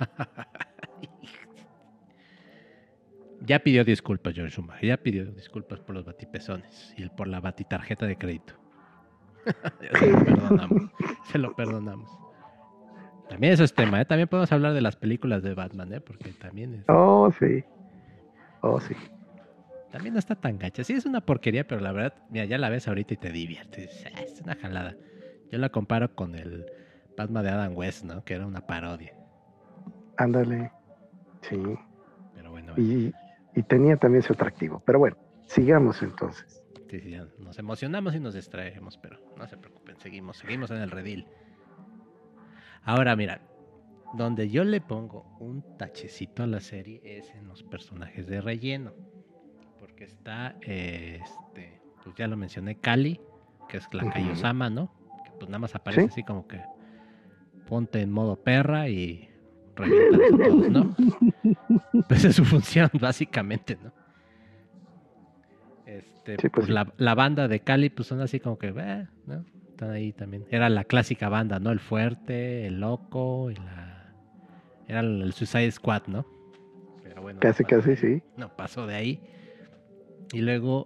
Ya pidió disculpas, Joshua Schumacher, ya pidió disculpas por los batipezones y por la batitarjeta de crédito. Ya se lo perdonamos. También eso es tema, ¿eh? También podemos hablar de las películas de Batman, ¿eh? Porque también Oh, sí. Oh, sí. también no está tan gacha. Sí, es una porquería, pero la verdad, mira, ya la ves ahorita y te diviertes. Es una jalada. Yo la comparo con el Batman de Adam West, ¿no? Que era una parodia. Ándale. Sí. Pero bueno, Y tenía también su atractivo. Pero bueno, sigamos entonces. sí, ya nos emocionamos y nos distraemos, pero no se preocupen, seguimos en el redil. Ahora, mira, donde yo le pongo un tachecito a la serie es en los personajes de relleno. Porque está, pues ya lo mencioné, Kali, que es la Kaiosama, ¿no? Que pues nada más aparece ¿Sí? así como que ponte en modo perra y reviéntalos a todos, ¿no? Pues es su función, básicamente, ¿no? Sí, pues Pues sí. la banda de Cali, pues son así como que, ¿no? Están ahí también. Era la clásica banda, ¿no? El fuerte, el loco, era el Suicide Squad, ¿no? Pero bueno, no Casi, pasó de casi, ahí. sí. No pasó de ahí. Y luego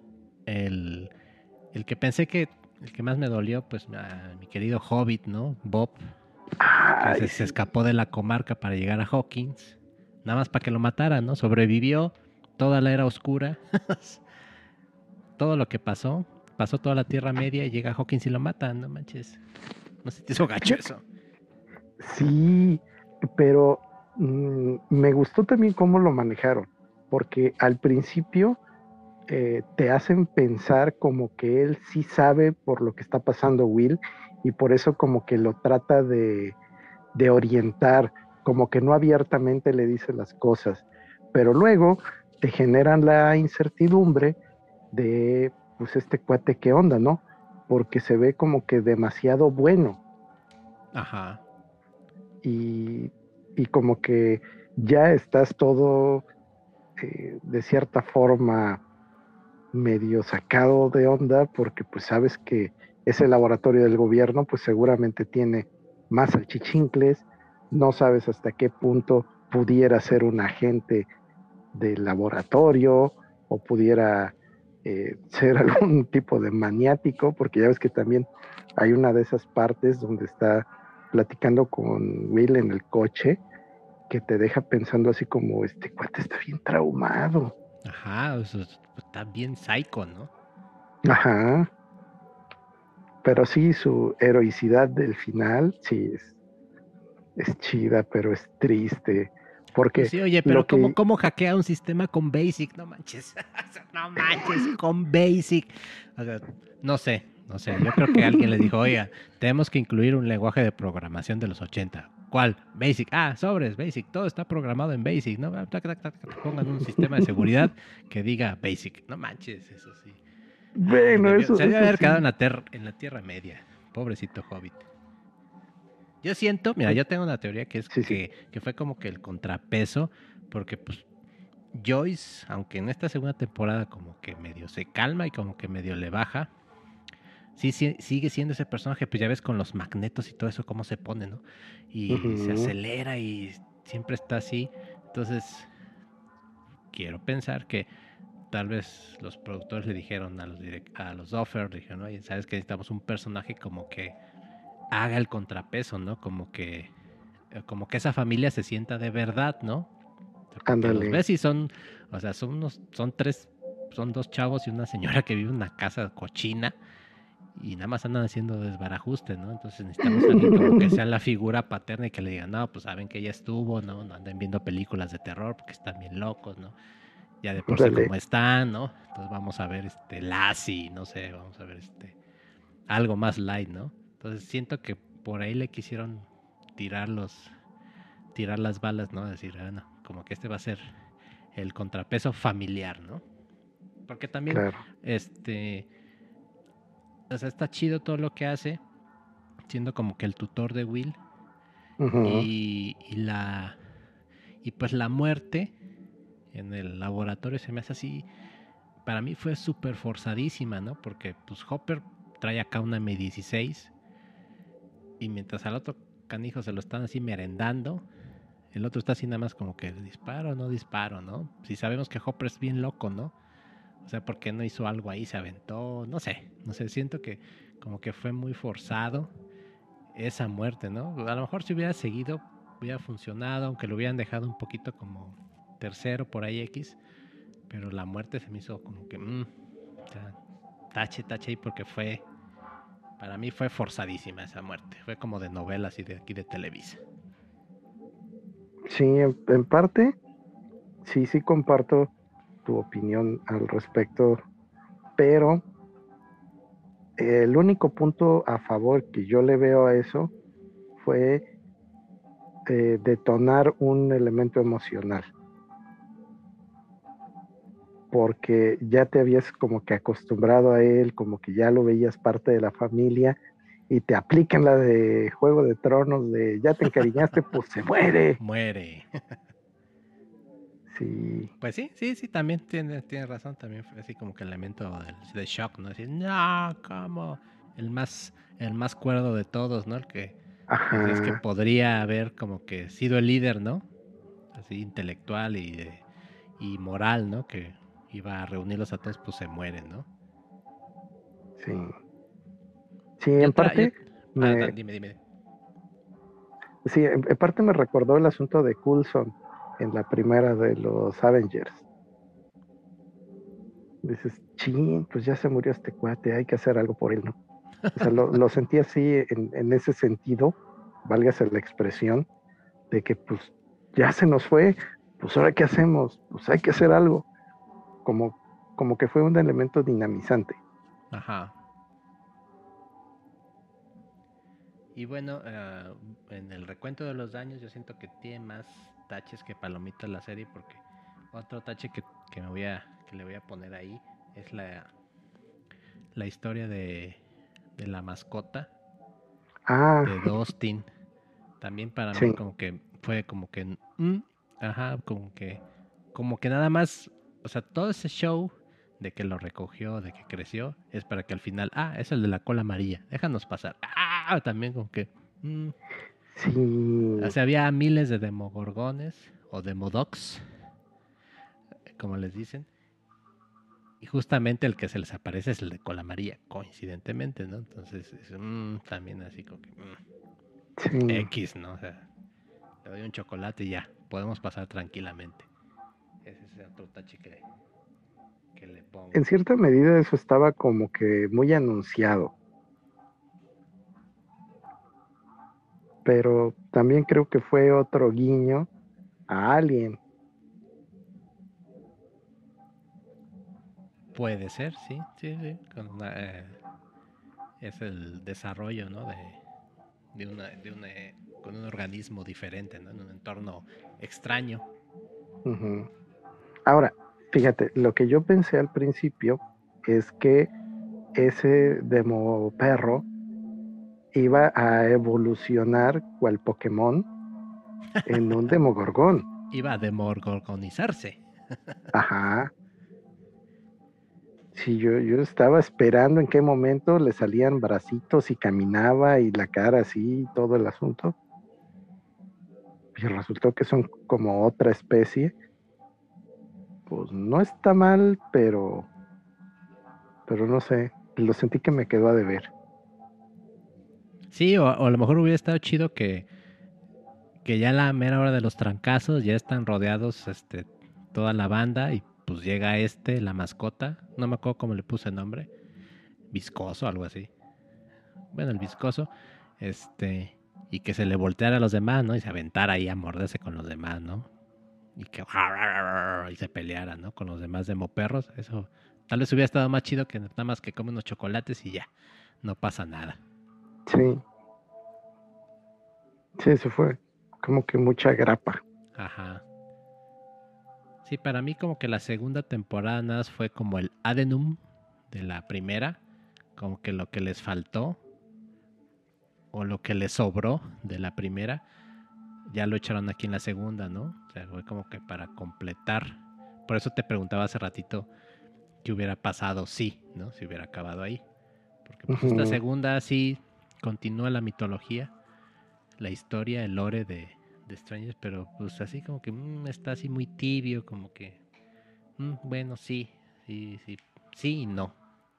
el que pensé que el que más me dolió, pues mi querido Hobbit, ¿no? Bob, que Ay, se sí. escapó de la comarca para llegar a Hawkins, nada más para que lo mataran, ¿no? Sobrevivió toda la era oscura, todo lo que pasó toda la Tierra Media y llega a Hawkins y lo matan, no manches. No se te hizo gacho eso. Sí, pero me gustó también cómo lo manejaron, porque al principio te hacen pensar como que él sí sabe por lo que está pasando Will y por eso como que lo trata de orientar, como que no abiertamente le dice las cosas, pero luego te generan la incertidumbre de, pues este cuate, ¿qué onda, no? Porque se ve como que demasiado bueno Ajá. y, y como que ya estás todo de cierta forma medio sacado de onda porque pues sabes que ese laboratorio del gobierno pues seguramente tiene más salchichincles, no sabes hasta qué punto pudiera ser un agente del laboratorio o pudiera ser algún tipo de maniático, porque ya ves que también hay una de esas partes donde está platicando con Will en el coche que te deja pensando así como, este cuate está bien traumado. Ajá, eso está bien psycho, ¿no? Ajá, pero sí, su heroicidad del final, sí, es chida, pero es triste, Pues porque sí, oye, lo pero que, ¿cómo hackea un sistema con Basic? No manches. No manches, con Basic. O sea, no sé. Yo creo que alguien le dijo, oiga, tenemos que incluir un lenguaje de programación de los 80. ¿Cuál? Basic. Ah, sobres, Basic. Todo está programado en Basic, ¿no? Pongan un sistema de seguridad que diga Basic. No manches, eso sí. Ay, bueno, se debió eso haber quedado sí, en la Tierra Media. Pobrecito Hobbit. Yo siento, mira, pues, yo tengo una teoría que es sí, sí, que fue como que el contrapeso, porque pues Joyce, aunque en esta segunda temporada como que medio se calma y como que medio le baja, sí, sigue siendo ese personaje, pues ya ves con los magnetos y todo eso cómo se pone, ¿no? Y se acelera y siempre está así. Entonces, quiero pensar que tal vez los productores le dijeron a los Duffer, le dijeron, oye, sabes que necesitamos un personaje como que haga el contrapeso, ¿no? Como que esa familia se sienta de verdad, ¿no? Porque los Ándale. ves y son, o sea, son dos chavos y una señora que vive en una casa cochina y nada más andan haciendo desbarajuste, ¿no? Entonces necesitamos a alguien como que sea la figura paterna y que le digan, no, pues saben que ella estuvo, ¿no? No anden viendo películas de terror porque están bien locos, ¿no? Ya de por sí Ándale. como están, ¿no? Entonces vamos a ver Lassie, no sé, vamos a ver algo más light, ¿no? Entonces siento que por ahí le quisieron tirar tirar las balas, ¿no? Decir, bueno, como que este va a ser el contrapeso familiar, ¿no? Porque también, Claro. o sea, está chido todo lo que hace, siendo como que el tutor de Will Ujú. y pues la muerte en el laboratorio se me hace así, para mí fue súper forzadísima, ¿no? Porque pues Hopper trae acá una M16 y mientras al otro canijo se lo están así merendando, el otro está así nada más como que disparo o no disparo, ¿no? Si sabemos que Hopper es bien loco, ¿no? O sea, ¿por qué no hizo algo ahí? Se aventó, no sé, siento que como que fue muy forzado esa muerte, ¿no? A lo mejor si hubiera seguido, hubiera funcionado, aunque lo hubieran dejado un poquito como tercero por ahí X, pero la muerte se me hizo como que, o sea, tache ahí porque para mí fue forzadísima esa muerte, fue como de novelas y de aquí de Televisa. Sí, en parte, sí comparto tu opinión al respecto, pero el único punto a favor que yo le veo a eso fue detonar un elemento emocional, porque ya te habías como que acostumbrado a él, como que ya lo veías parte de la familia y te aplican la de Juego de Tronos de ya te encariñaste, pues se muere. Muere. Sí. Pues sí, también tiene razón, también fue así como que el elemento de shock, ¿no? Decir, no, ¿cómo? El más cuerdo de todos, ¿no? El que decías que Ajá. podría haber como que sido el líder, ¿no? Así intelectual y moral, ¿no? Que iba a reunirlos a todos, pues se mueren, ¿no? Sí. Sí, Y en otra, parte me, dime. sí, en parte me recordó el asunto de Coulson en la primera de los Avengers. Dices, chin, pues ya se murió este cuate, hay que hacer algo por él, ¿no? O sea, lo sentí así en ese sentido, válgase la expresión, de que pues ya se nos fue, pues ahora qué hacemos, pues hay que hacer algo, como, como que fue un elemento dinamizante. Ajá. Y bueno, en el recuento de los daños yo siento que tiene más taches que palomitas la serie porque otro tache que le voy a poner ahí es la historia de la mascota Ah, de Dustin. También para mí sí, como que fue ajá, como que nada más, o sea, todo ese show de que lo recogió, de que creció, es para que al final, es el de la cola amarilla, déjanos pasar. También como que, o sí, sea, había miles de demogorgones o demodocs, como les dicen, y justamente el que se les aparece es el de cola amarilla, coincidentemente, ¿no? Entonces, también así como que, sí. X, ¿no? O sea, le doy un chocolate y ya, podemos pasar tranquilamente. Ese es otro tache que le En pongo. cierta medida eso estaba como que muy anunciado, pero también creo que fue otro guiño a Alien. Puede ser, sí. Es el desarrollo, ¿no? Con un organismo diferente, ¿no? En un entorno extraño. Ujú. Ahora, fíjate, lo que yo pensé al principio es que ese demo perro iba a evolucionar cual Pokémon en un Demogorgón. Iba a demorgorgonizarse. Ajá. Sí, yo estaba esperando en qué momento le salían bracitos y caminaba y la cara así, todo el asunto. Y resultó que son como otra especie. Pues no está mal, pero no sé, lo sentí que me quedó a deber. Sí, o a lo mejor hubiera estado chido que ya a la mera hora de los trancazos ya están rodeados toda la banda y pues llega la mascota, no me acuerdo cómo le puse el nombre, viscoso, algo así. Bueno, el viscoso, y que se le volteara a los demás, ¿no? Y se aventara ahí a morderse con los demás, ¿no? Y que y se peleara, ¿no? Con los demás demoperros. Eso tal vez hubiera estado más chido que nada más que come unos chocolates y ya, no pasa nada. Sí, sí, eso fue como que mucha grapa. Ajá. Sí, para mí como que la segunda temporada nada más fue como el adenum de la primera, como que lo que les faltó o lo que les sobró de la primera, ya lo echaron aquí en la segunda, ¿no? O sea, fue como que para completar. Por eso te preguntaba hace ratito qué hubiera pasado si, ¿no? Si hubiera acabado ahí. Porque pues esta Ujú. segunda sí continúa la mitología, la historia, el lore de Strangers, pero pues así como que está así muy tibio, como que bueno, sí, sí, sí, sí y no.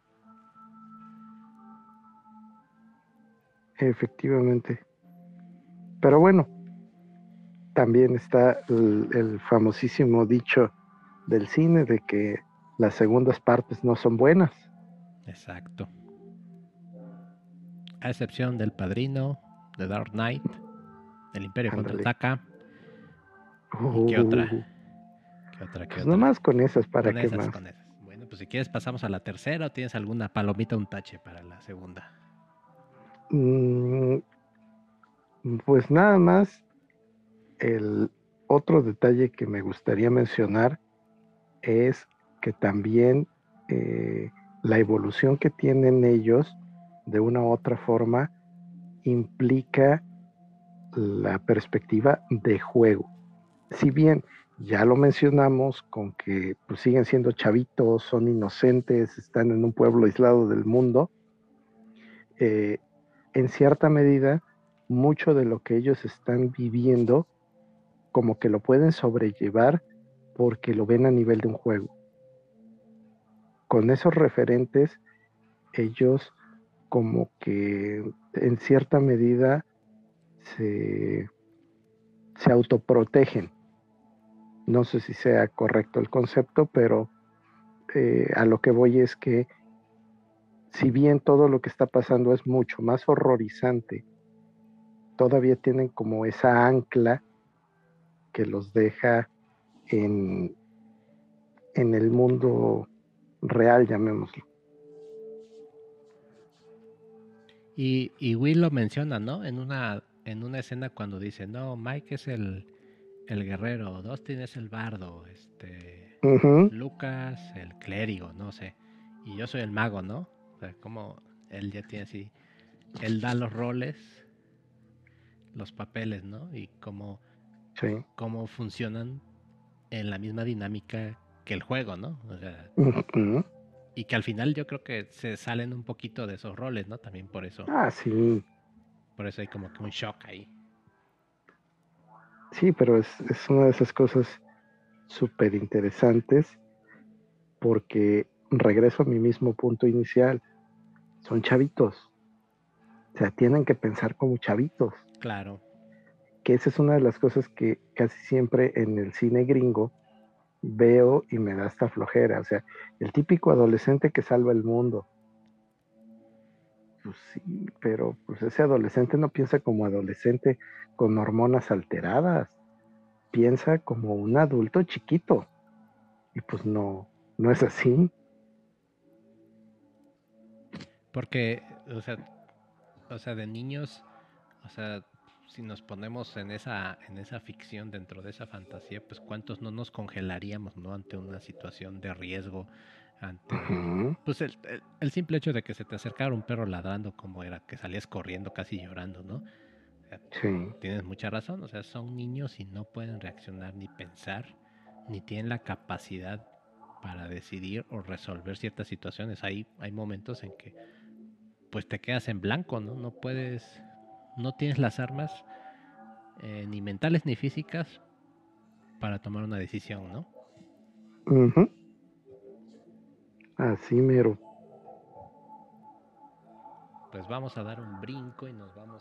Efectivamente. Pero bueno, también está el famosísimo dicho del cine de que las segundas partes no son buenas. Exacto. A excepción del Padrino, de Dark Knight, del Imperio Ándale. contraataca. ¿Y qué otra? Uh, ¿Qué otra? ¿Qué pues otra? nomás con esas, ¿para Con qué esas, más? con esas. Bueno, pues si quieres pasamos a la tercera o tienes alguna palomita, un tache para la segunda. Mm, pues nada más, el otro detalle que me gustaría mencionar es que también la evolución que tienen ellos de una u otra forma implica la perspectiva de juego. Si bien ya lo mencionamos con que pues, siguen siendo chavitos, son inocentes, están en un pueblo aislado del mundo, eh, en cierta medida, mucho de lo que ellos están viviendo, como que lo pueden sobrellevar porque lo ven a nivel de un juego. Con esos referentes, ellos como que en cierta medida se, se autoprotegen. No sé si sea correcto el concepto, pero a lo que voy es que si bien todo lo que está pasando es mucho más horrorizante, todavía tienen como esa ancla que los deja en, en el mundo real, llamémoslo. Y Will lo menciona, ¿no? En una escena cuando dice, no, Mike es el guerrero, Dustin es el bardo, Ujú, Lucas el clérigo, no sé. Y yo soy el mago, ¿no? O sea, como él ya tiene así, él da los roles, los papeles, ¿no? Y sí. cómo funcionan en la misma dinámica que el juego, ¿no? O sea, Ujú. y que al final yo creo que se salen un poquito de esos roles, ¿no? También Ah, sí. por eso hay como que un shock ahí. Sí, pero es una de esas cosas súper interesantes porque regreso a mi mismo punto inicial. Son chavitos. O sea, tienen que pensar como chavitos. Claro. Que esa es una de las cosas que casi siempre en el cine gringo veo y me da esta flojera. O sea, el típico adolescente que salva el mundo. Pues sí, pero pues ese adolescente no piensa como adolescente con hormonas alteradas. Piensa como un adulto chiquito. Y pues no, no es así. Porque, o sea, de niños, o sea, si nos ponemos en esa ficción, dentro de esa fantasía, pues cuántos no nos congelaríamos, ¿no? Ante una situación de riesgo, ante, Ujú, pues el simple hecho de que se te acercara un perro ladrando como era, que salías corriendo casi llorando, ¿no? O sea, sí. tienes mucha razón, o sea, son niños y no pueden reaccionar ni pensar, ni tienen la capacidad para decidir o resolver ciertas situaciones. Hay momentos en que pues te quedas en blanco, ¿no? No puedes, no tienes las armas ni mentales ni físicas para tomar una decisión, ¿no? Ujú. Así mero. Pues vamos a dar un brinco y nos vamos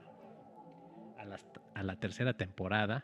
a la tercera temporada.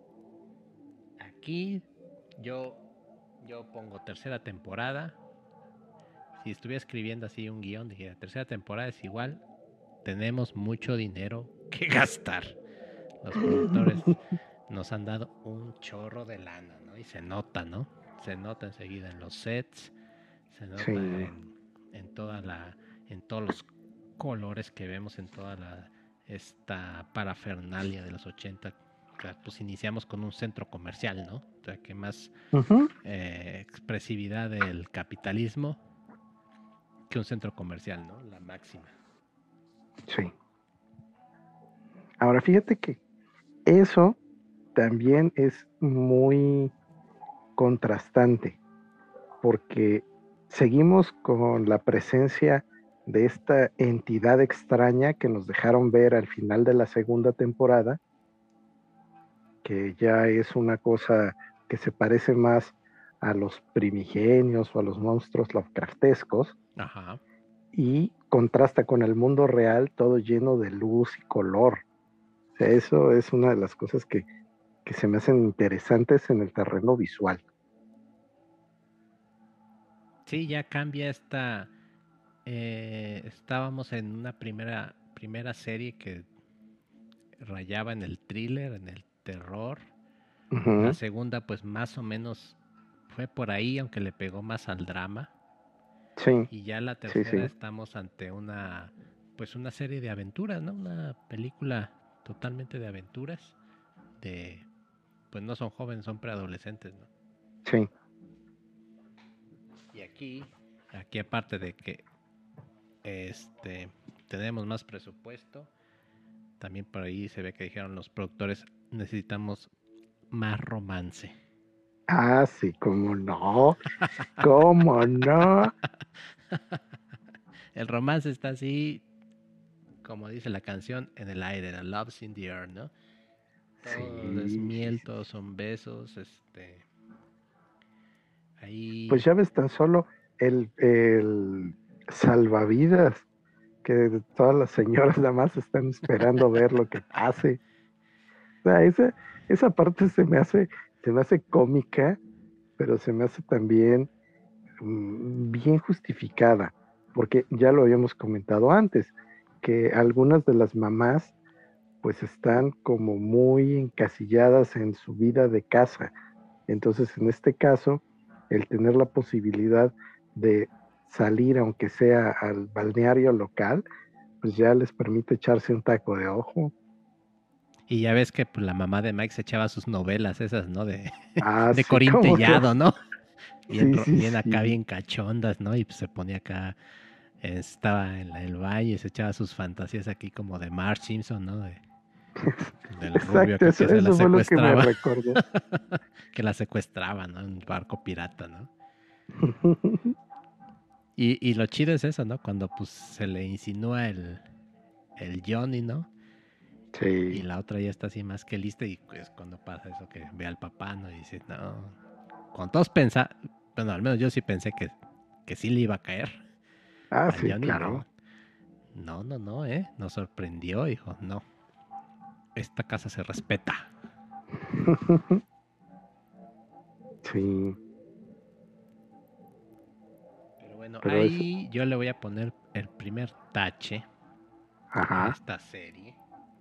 Aquí yo, yo pongo tercera temporada. Si estuviera escribiendo así un guión, dijera, tercera temporada es igual, tenemos mucho dinero que gastar. Los productores nos han dado un chorro de lana, ¿no? Y se nota, ¿no? Se nota enseguida en los sets, se nota Sí. en toda la, en todos los colores que vemos en toda esta parafernalia de los 80. O sea, pues iniciamos con un centro comercial, ¿no? O sea, que más Ujú. expresividad del capitalismo que un centro comercial, ¿no? La máxima. Sí. Ahora fíjate que eso también es muy contrastante, porque seguimos con la presencia de esta entidad extraña que nos dejaron ver al final de la segunda temporada, que ya es una cosa que se parece más a los primigenios o a los monstruos Lovecraftescos, Ajá. y contrasta con el mundo real todo lleno de luz y color. O sea, eso es una de las cosas que se me hacen interesantes en el terreno visual. Sí, ya cambia esta. Estábamos en una primera serie que rayaba en el thriller, en el terror. La Uh-huh. segunda, pues más o menos fue por ahí, aunque le pegó más al drama. Sí, Y ya la sí, tercera sí, estamos ante pues una serie de aventuras, ¿no? Una película totalmente de aventuras. De, pues no son jóvenes, son preadolescentes, ¿no? sí. Y aquí aparte de que este tenemos más presupuesto, también por ahí se ve que dijeron los productores, necesitamos más romance. Ah, sí, cómo no, cómo no. El romance está así, como dice la canción, en el aire, the love's in the air, ¿no? Todo es Sí, sí, miel, sí. todos son besos, Pues ahí. ya ves tan solo el salvavidas, que todas las señoras nada más están esperando ver lo que pase. O sea, esa parte se me hace cómica, pero se me hace también bien justificada, porque ya lo habíamos comentado antes, que algunas de las mamás pues están como muy encasilladas en su vida de casa. Entonces, en este caso, el tener la posibilidad de salir, aunque sea al balneario local, pues ya les permite echarse un taco de ojo. Y ya ves que pues, la mamá de Mike se echaba sus novelas esas, ¿no? De, Ah, de sí, Corín cómo no. Tellado, ¿no? Bien, Sí, sí, bien acá, sí. bien cachondas, ¿no? Y pues se ponía acá, estaba en el valle, se echaba sus fantasías aquí como de Marge Simpson, ¿no? Del rubio Exacto, acá que se la eso fue lo que me secuestraba, recordó. que la secuestraba, ¿no? En un barco pirata, ¿no? Y lo chido es eso, ¿no? Cuando pues se le insinúa el Johnny, ¿no? Y Sí. la otra ya está así más que lista y pues cuando pasa eso que ve al papá, ¿no? Y dice, no, con todos pensamos, bueno, al menos yo sí pensé que sí le iba a caer Ah, al sí, Johnny, claro. dijo, no, no, no, nos sorprendió, dijo, no, esta casa se respeta. Sí, Pero bueno, pero es, ahí yo le voy a poner el primer tache a ajá, esta serie.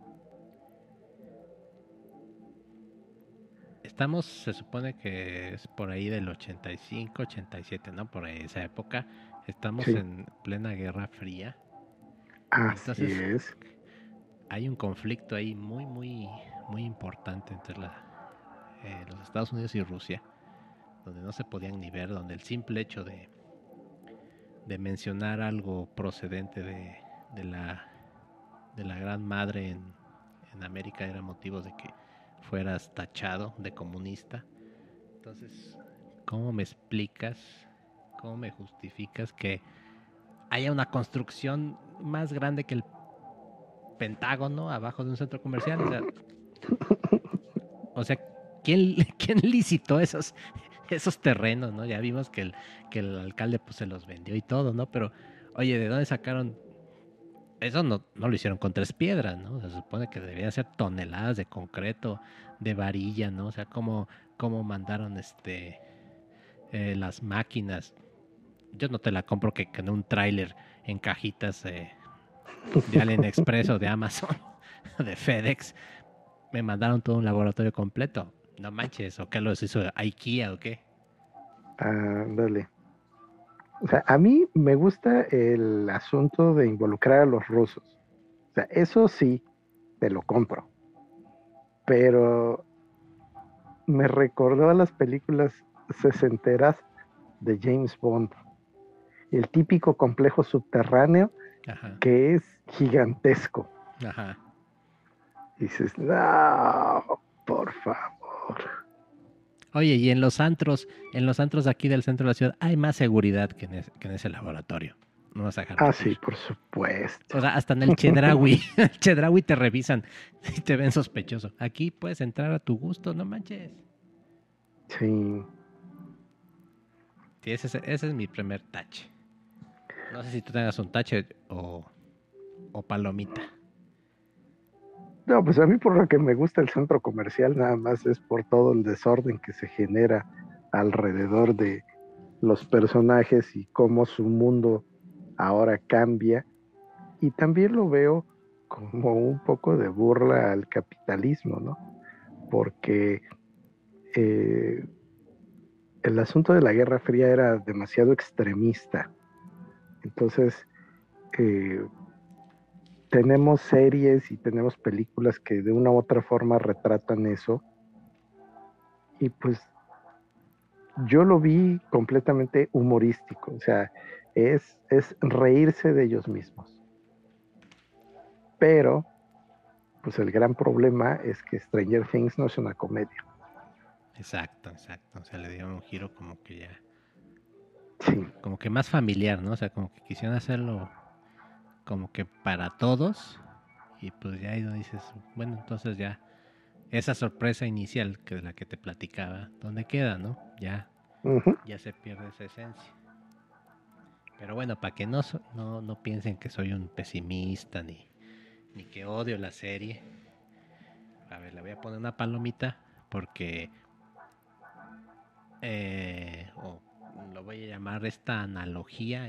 Estamos, se supone que es por ahí del 85, 87, ¿no? Por ahí esa época. Estamos sí, en plena Guerra Fría. así Entonces es. hay un conflicto ahí muy importante entre los Estados Unidos y Rusia, donde no se podían ni ver, donde el simple hecho de mencionar algo procedente de, la, de la Gran Madre en América era motivo de que fueras tachado de comunista. Entonces, ¿cómo me explicas, cómo me justificas que haya una construcción más grande que el Pentágono abajo de un centro comercial? O sea, ¿quién licitó esos terrenos, ¿no? Ya vimos que el alcalde pues se los vendió y todo, ¿no? Pero, oye, ¿de dónde sacaron? Eso no lo hicieron con tres piedras, ¿no? Se supone que deberían ser toneladas de concreto, de varilla, ¿no? O sea, cómo mandaron las máquinas. Yo no te la compro que en un tráiler en cajitas de AliExpress o de Amazon, de FedEx, me mandaron todo un laboratorio completo. No manches, ¿o qué los hizo IKEA o qué? Ándale. O sea, a mí me gusta el asunto de involucrar a los rusos. O sea, eso sí, te lo compro. Pero me recordó a las películas sesenteras de James Bond. El típico complejo subterráneo Ajá, que es gigantesco. ajá. Dices, no, por favor. Oye, y en los antros de aquí del centro de la ciudad hay más seguridad que en ese laboratorio. No vas a dejar Ah, sí, mentir. por supuesto. O sea, hasta en el Chedraui, el Chedraui te revisan y te ven sospechoso. Aquí puedes entrar a tu gusto, no manches. Sí. Sí, ese es mi primer tache. No sé si tú tengas un tache o palomita. No, pues a mí por lo que me gusta el centro comercial nada más es por todo el desorden que se genera alrededor de los personajes y cómo su mundo ahora cambia. Y también lo veo como un poco de burla al capitalismo, ¿no? Porque eh, el asunto de la Guerra Fría era demasiado extremista. Entonces, eh, tenemos series y tenemos películas que de una u otra forma retratan eso. Y pues yo lo vi completamente humorístico. O sea, es reírse de ellos mismos. Pero, pues el gran problema es que Stranger Things no es una comedia. Exacto, exacto. O sea, le dieron un giro como que ya, Sí. como que más familiar, ¿no? O sea, como que quisieron hacerlo como que para todos. Y pues ya ahí donde dices, bueno, entonces ya esa sorpresa inicial que de la que te platicaba, ¿dónde queda, no? Uh-huh. Ya se pierde esa esencia. Pero bueno, para que no piensen que soy un pesimista ni que odio la serie. A ver, le voy a poner una palomita porque o lo voy a llamar esta analogía,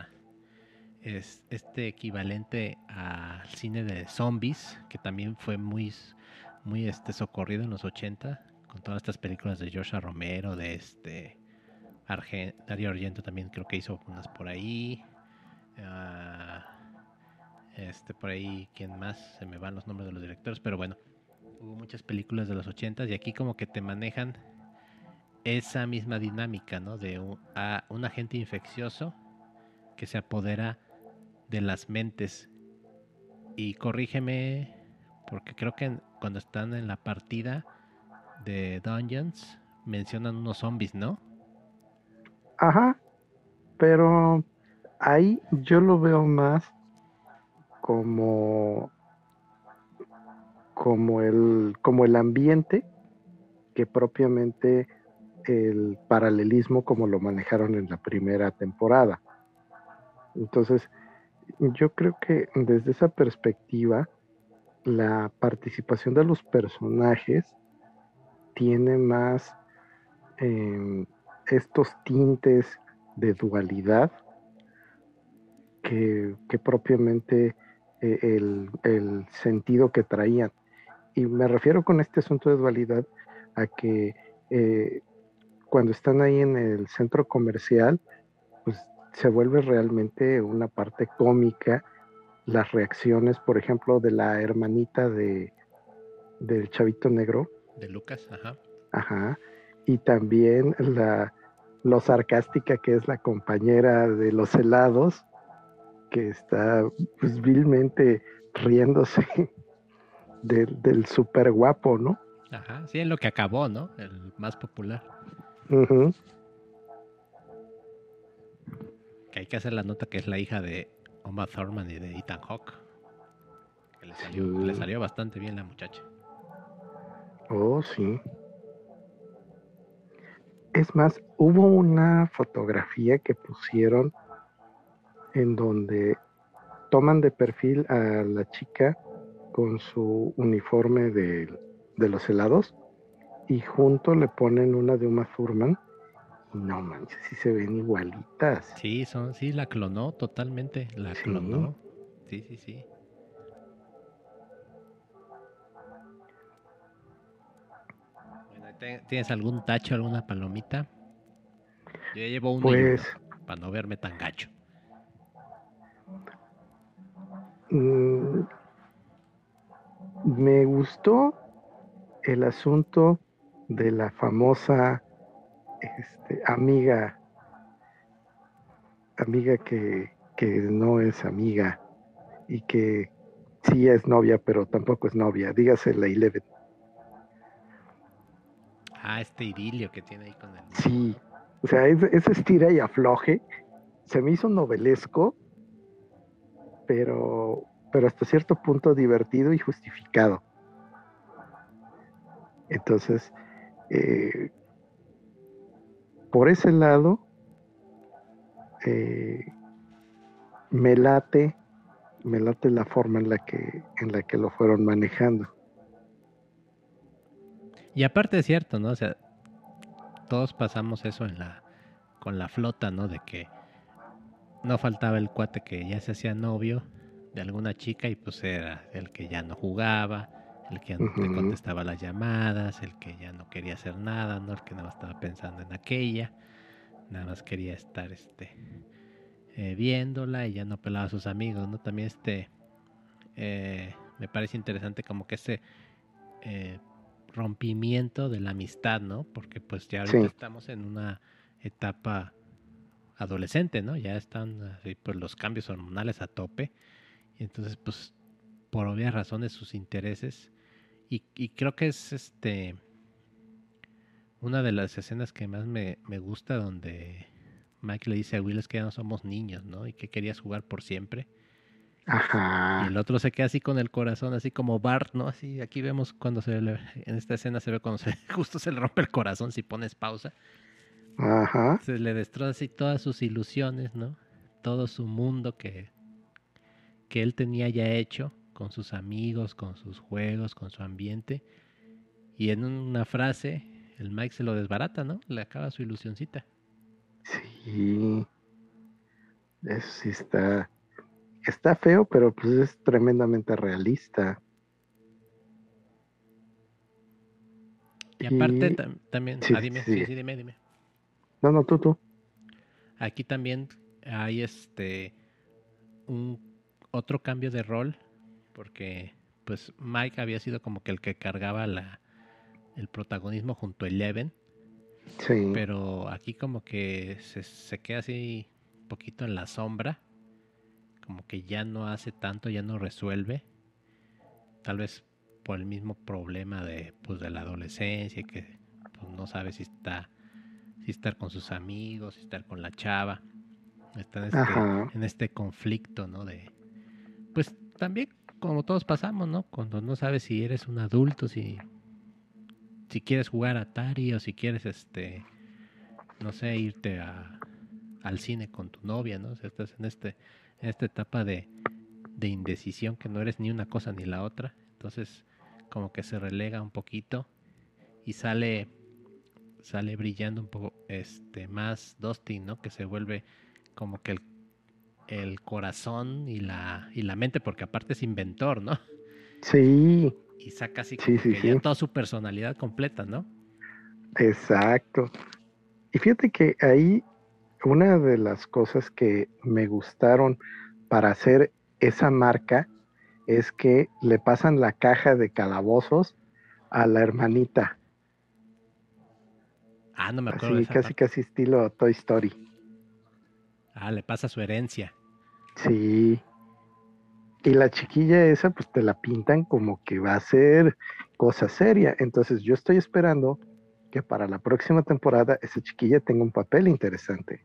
este equivalente al cine de zombies, que también fue muy socorrido en los 80 con todas estas películas de George Romero, de Dario Argento también creo que hizo unas por ahí. Uh, por ahí, ¿quién más? Se me van los nombres de los directores, pero bueno, hubo muchas películas de los 80 y aquí como que te manejan esa misma dinámica, ¿no? De un agente infeccioso que se apodera de las mentes. Y corrígeme, porque creo que cuando están en la partida de Dungeons mencionan unos zombies, ¿no? Ajá, pero ahí yo lo veo más como, como el ambiente que propiamente el paralelismo como lo manejaron en la primera temporada. Entonces, yo creo que desde esa perspectiva, la participación de los personajes tiene más eh, estos tintes de dualidad que propiamente el sentido que traían. Y me refiero con este asunto de dualidad a que cuando están ahí en el centro comercial, pues se vuelve realmente una parte cómica. Las reacciones, por ejemplo, de la hermanita del chavito negro, De Lucas, ajá. ajá, y también lo sarcástica que es la compañera de los helados, que está pues vilmente riéndose del súper guapo, ¿no? Ajá, sí, es lo que acabó, ¿no? El más popular. Ujú. Que hay que hacer la nota que es la hija de Uma Thurman y de Ethan Hawke. Que le Sí. salió bastante bien la muchacha. Oh, sí. Es más, hubo una fotografía que pusieron en donde toman de perfil a la chica con su uniforme de los helados y junto le ponen una de Uma Thurman. No manches, sí se ven igualitas. Sí, la clonó totalmente. La Sí. clonó. Sí. Bueno, ¿tienes algún tacho, alguna palomita? Yo ya llevo uno y Pues uno, para no verme tan gacho. mm, me gustó el asunto de la famosa amiga que no es amiga y que sí es novia, pero tampoco es novia. Dígase la Eleven. Ah, este idilio que tiene ahí con el Mike, Sí, ¿no? o sea, ese estira y afloje se me hizo novelesco, pero hasta cierto punto divertido y justificado. Entonces, eh, por ese lado, eh, me late, me late la forma en la que lo fueron manejando. Y aparte es cierto, ¿no? O sea, todos pasamos eso con la flota, ¿no? De que no faltaba el cuate que ya se hacía novio de alguna chica y pues era el que ya no jugaba, el que ya no te Ujú. contestaba las llamadas, el que ya no quería hacer nada, ¿no? El que nada más estaba pensando en aquella, nada más quería estar viéndola y ya no pelaba a sus amigos, ¿no? También me parece interesante como que ese eh, rompimiento de la amistad, ¿no? Porque pues ya ahorita Sí, estamos en una etapa adolescente, ¿no? Ya están así, pues, los cambios hormonales a tope. Y entonces, pues, por obvias razones, sus intereses. Y creo que es una de las escenas que más me gusta donde Mike le dice a Will es que ya no somos niños, ¿no? Y que querías jugar por siempre. Y ajá, el otro se queda así con el corazón, así como Bart, ¿no? Así, aquí vemos cuando en esta escena se ve cuando justo se le rompe el corazón si pones pausa. ajá, Se le destroza así todas sus ilusiones, ¿no? Todo su mundo que él tenía ya hecho con sus amigos, con sus juegos, con su ambiente. Y en una frase, el Mike se lo desbarata, ¿no? Le acaba su ilusioncita. sí, eso sí está feo, pero pues es tremendamente realista. Y aparte Y también, sí, dime, sí, sí, dime. no, no, tú. Aquí también hay un otro cambio de rol, porque pues Mike había sido como que el que cargaba el protagonismo junto a Eleven, Sí, pero aquí como que se queda así un poquito en la sombra, como que ya no hace tanto, ya no resuelve, tal vez por el mismo problema de la adolescencia, que pues, no sabe si estar con sus amigos, si estar con la chava, está ajá, en este conflicto, ¿no? Pues también como todos pasamos, ¿no? Cuando no sabes si eres un adulto, si quieres jugar a Atari o si quieres, no sé, irte al cine con tu novia, ¿no? O sea, estás en esta etapa de indecisión que no eres ni una cosa ni la otra. Entonces, como que se relega un poquito y sale brillando un poco más Dustin, ¿no? Que se vuelve como que el corazón y la mente, porque aparte es inventor, ¿no? sí, Y saca así sí, como sí, que ya sí, toda su personalidad completa, ¿no? exacto. Y fíjate que ahí una de las cosas que me gustaron para hacer esa marca es que le pasan la caja de calabozos a la hermanita, Ah, no me acuerdo de así esa casi parte. casi estilo Toy Story. Ah, le pasa su herencia. Sí, y la chiquilla esa pues te la pintan como que va a ser cosa seria. Entonces yo estoy esperando que para la próxima temporada esa chiquilla tenga un papel interesante.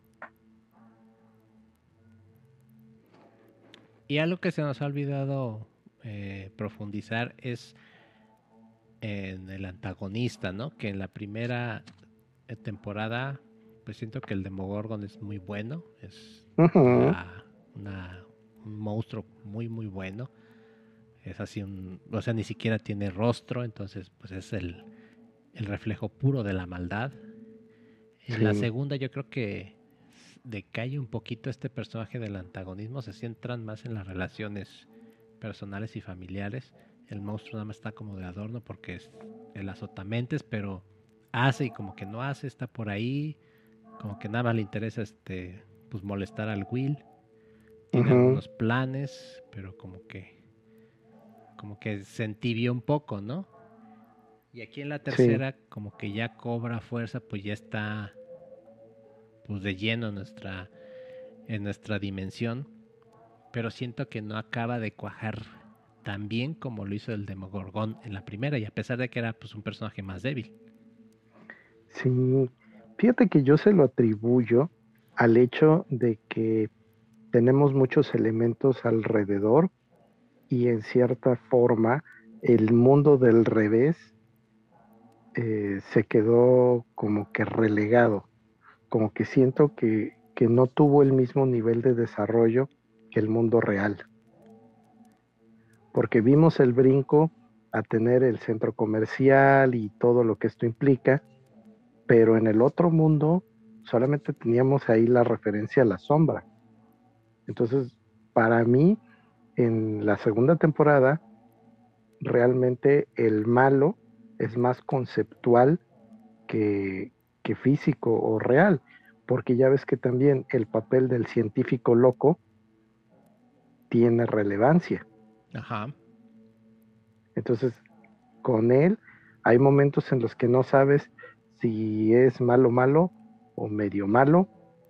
Y algo que se nos ha olvidado profundizar es en el antagonista, ¿no? Que en la primera temporada, pues siento que el Demogorgon es muy bueno, es Uh-huh. un monstruo muy, muy bueno. Es así o sea, ni siquiera tiene rostro, entonces pues es el reflejo puro de la maldad. En la Sí, segunda yo creo que decae un poquito este personaje del antagonismo, se centran más en las relaciones personales y familiares. El monstruo nada más está como de adorno porque es el azotamentes, pero hace y como que no hace, está por ahí, como que nada más le interesa pues molestar al Will. Tiene uh-huh. algunos planes, pero como que se entibió un poco, ¿no? Y aquí en la Sí, tercera como que ya cobra fuerza, pues ya está pues de lleno en nuestra dimensión, pero siento que no acaba de cuajar tan bien como lo hizo el Demogorgon en la primera, y a pesar de que era pues un personaje más débil. sí. Fíjate que yo se lo atribuyo al hecho de que tenemos muchos elementos alrededor y en cierta forma el mundo del revés se quedó como que relegado, como que siento que no tuvo el mismo nivel de desarrollo que el mundo real, porque vimos el brinco a tener el centro comercial y todo lo que esto implica, pero en el otro mundo solamente teníamos ahí la referencia a la sombra. Entonces, para mí, en la segunda temporada, realmente el malo es más conceptual que físico o real, porque ya ves que también el papel del científico loco tiene relevancia. Ajá. Entonces, con él hay momentos en los que no sabes si es malo malo o medio malo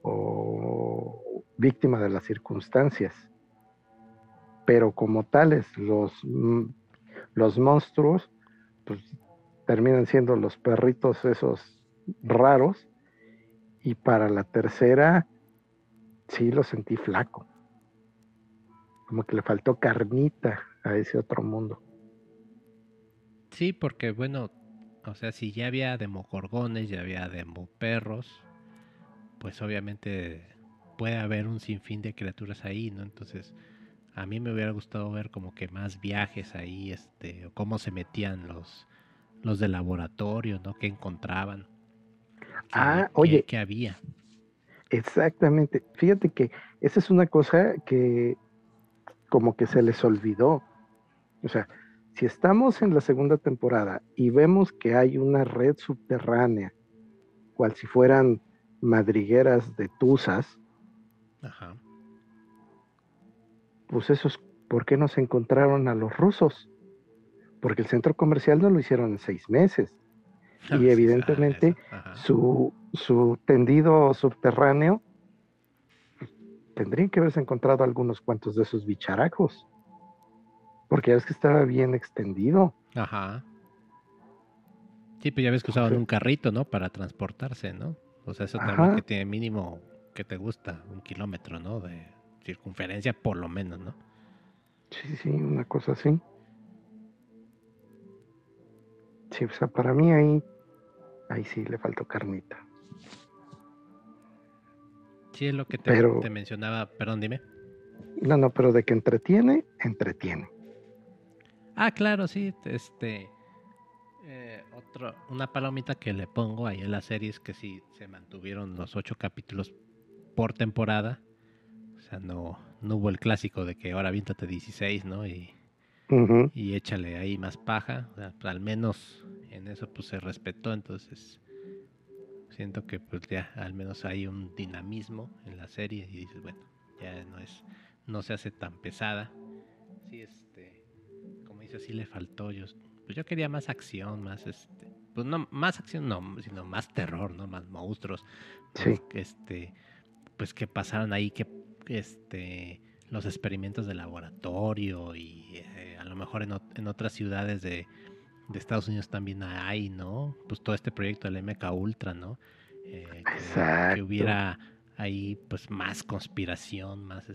o víctima de las circunstancias. Pero como tales, los monstruos pues, terminan siendo los perritos esos raros y para la tercera sí lo sentí flaco, como que le faltó carnita a ese otro mundo. Sí, porque bueno, o sea, si ya había demogorgones, ya había demoperros, pues obviamente puede haber un sinfín de criaturas ahí, ¿no? Entonces, a mí me hubiera gustado ver como que más viajes ahí, o cómo se metían los de laboratorio, ¿no? ¿Qué encontraban? ¿Qué, Ah, qué, oye, qué había? exactamente. Fíjate que esa es una cosa que como que se les olvidó. O sea, si estamos en la segunda temporada y vemos que hay una red subterránea, cual si fueran madrigueras de tuzas, Ajá. pues esos, ¿por qué no se encontraron a los rusos? Porque el centro comercial no lo hicieron en 6 meses. Ah, Y sí, ajá, evidentemente eso. Ajá. su tendido subterráneo tendrían que haberse encontrado algunos cuantos de esos bicharacos, porque ya es que estaba bien extendido. Ajá. Sí, pues ya ves que usaban Entonces, un carrito, ¿no? Para transportarse, ¿no? O sea, eso te habla que ajá, tiene mínimo, que te gusta, 1 kilómetro, ¿no? De circunferencia, por lo menos, ¿no? sí, sí, una cosa así. Sí, o sea, para mí ahí sí le faltó carnita. Sí, es lo que te Pero, mencionaba, perdón, dime. no, no, pero de que entretiene, entretiene. Ah, claro, sí, una palomita que le pongo ahí en la serie es que sí se mantuvieron los 8 capítulos por temporada. O sea, no hubo el clásico de que ahora viéntate 16, ¿no? Ujú. Y échale ahí más paja. O sea, pues, al menos en eso pues se respetó. Entonces siento que pues ya al menos hay un dinamismo en la serie y dices, bueno, ya no se hace tan pesada. Sí, como dice, sí le faltó. Pues yo quería más acción, más pues no, más acción no, sino más terror, ¿no? Más monstruos, más Sí, pues que pasaron ahí que los experimentos de laboratorio y a lo mejor en otras ciudades de Estados Unidos también hay, ¿no? Pues todo este proyecto del MK Ultra, ¿no? Que Exacto. hubiera ahí pues más conspiración, más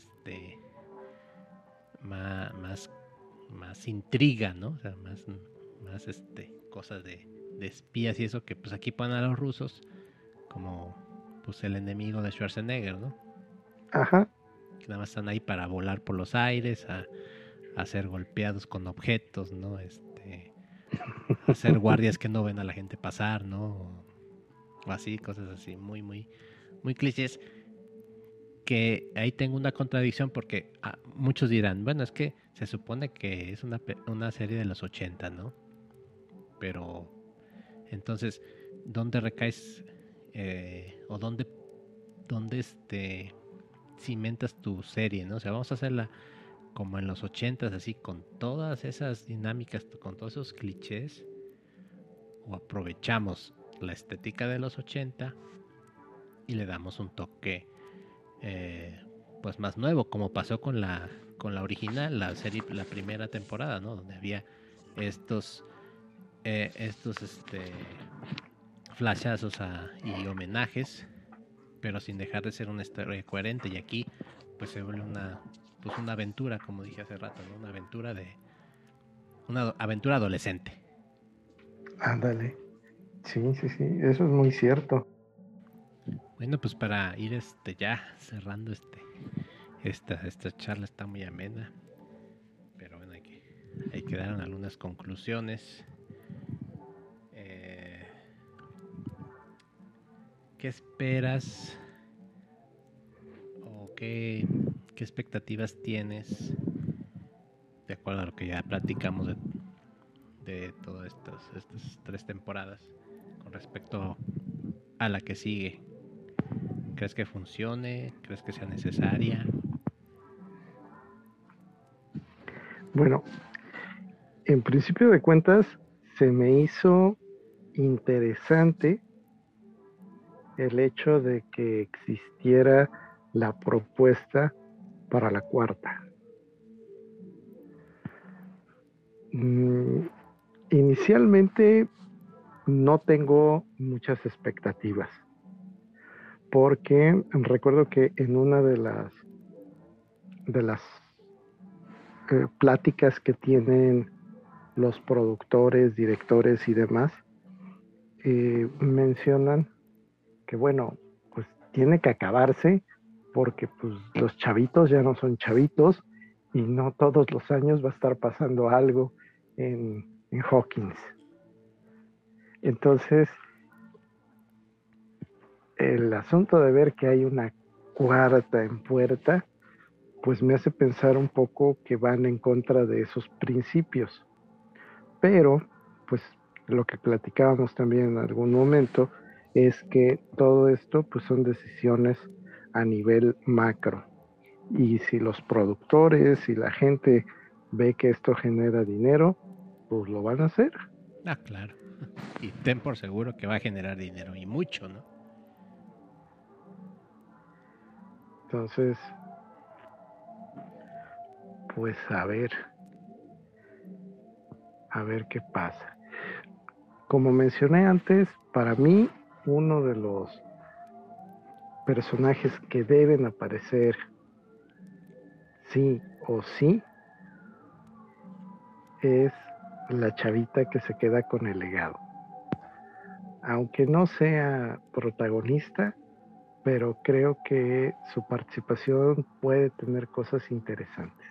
más, más intriga, ¿no? O sea, más cosas de espías y eso que pues aquí ponen a los rusos como pues el enemigo de Schwarzenegger, ¿no? Ajá. Que nada más están ahí para volar por los aires, a ser golpeados con objetos, ¿no? A ser guardias que no ven a la gente pasar, ¿no? O así, cosas así, muy clichés. Que ahí tengo una contradicción porque muchos dirán, bueno, es que se supone que es una serie de los 80, ¿no? Pero entonces, ¿dónde recaes o dónde cimentas tu serie, ¿no? O sea, vamos a hacerla como en los 80s, así, con todas esas dinámicas, con todos esos clichés, o aprovechamos la estética de los 80 y le damos un toque pues más nuevo, como pasó con la original, la serie, la primera temporada, ¿no? Donde había estos estos flashazos y homenajes, pero sin dejar de ser una historia coherente. Y aquí pues se vuelve una aventura, como dije hace rato, ¿no? Una aventura adolescente. Ándale. Sí, sí, sí, eso es muy cierto. Bueno, pues para ir ya cerrando esta charla está muy amena, pero bueno, ahí quedaron algunas conclusiones. Eh, ¿Qué esperas o qué expectativas tienes de acuerdo a lo que ya platicamos de todas estas 3 temporadas con respecto a la que sigue? ¿Crees que funcione? ¿Crees que sea necesaria? Bueno, en principio de cuentas, se me hizo interesante el hecho de que existiera la propuesta para la cuarta. Inicialmente no tengo muchas expectativas, porque recuerdo que en una de las pláticas que tienen los productores, directores y demás, mencionan que bueno, pues tiene que acabarse porque pues los chavitos ya no son chavitos y no todos los años va a estar pasando algo en Hawkins. Entonces, el asunto de ver que hay una cuarta en puerta, pues me hace pensar un poco que van en contra de esos principios. Pero, pues lo que platicábamos también en algún momento es que todo esto pues son decisiones a nivel macro. Y si los productores y la gente ve que esto genera dinero, pues lo van a hacer. Ah, claro. Y ten por seguro que va a generar dinero y mucho, ¿no? Entonces, pues a ver qué pasa. Como mencioné antes, para mí uno de los personajes que deben aparecer sí o sí es la chavita que se queda con el legado. Aunque no sea protagonista, pero creo que su participación puede tener cosas interesantes.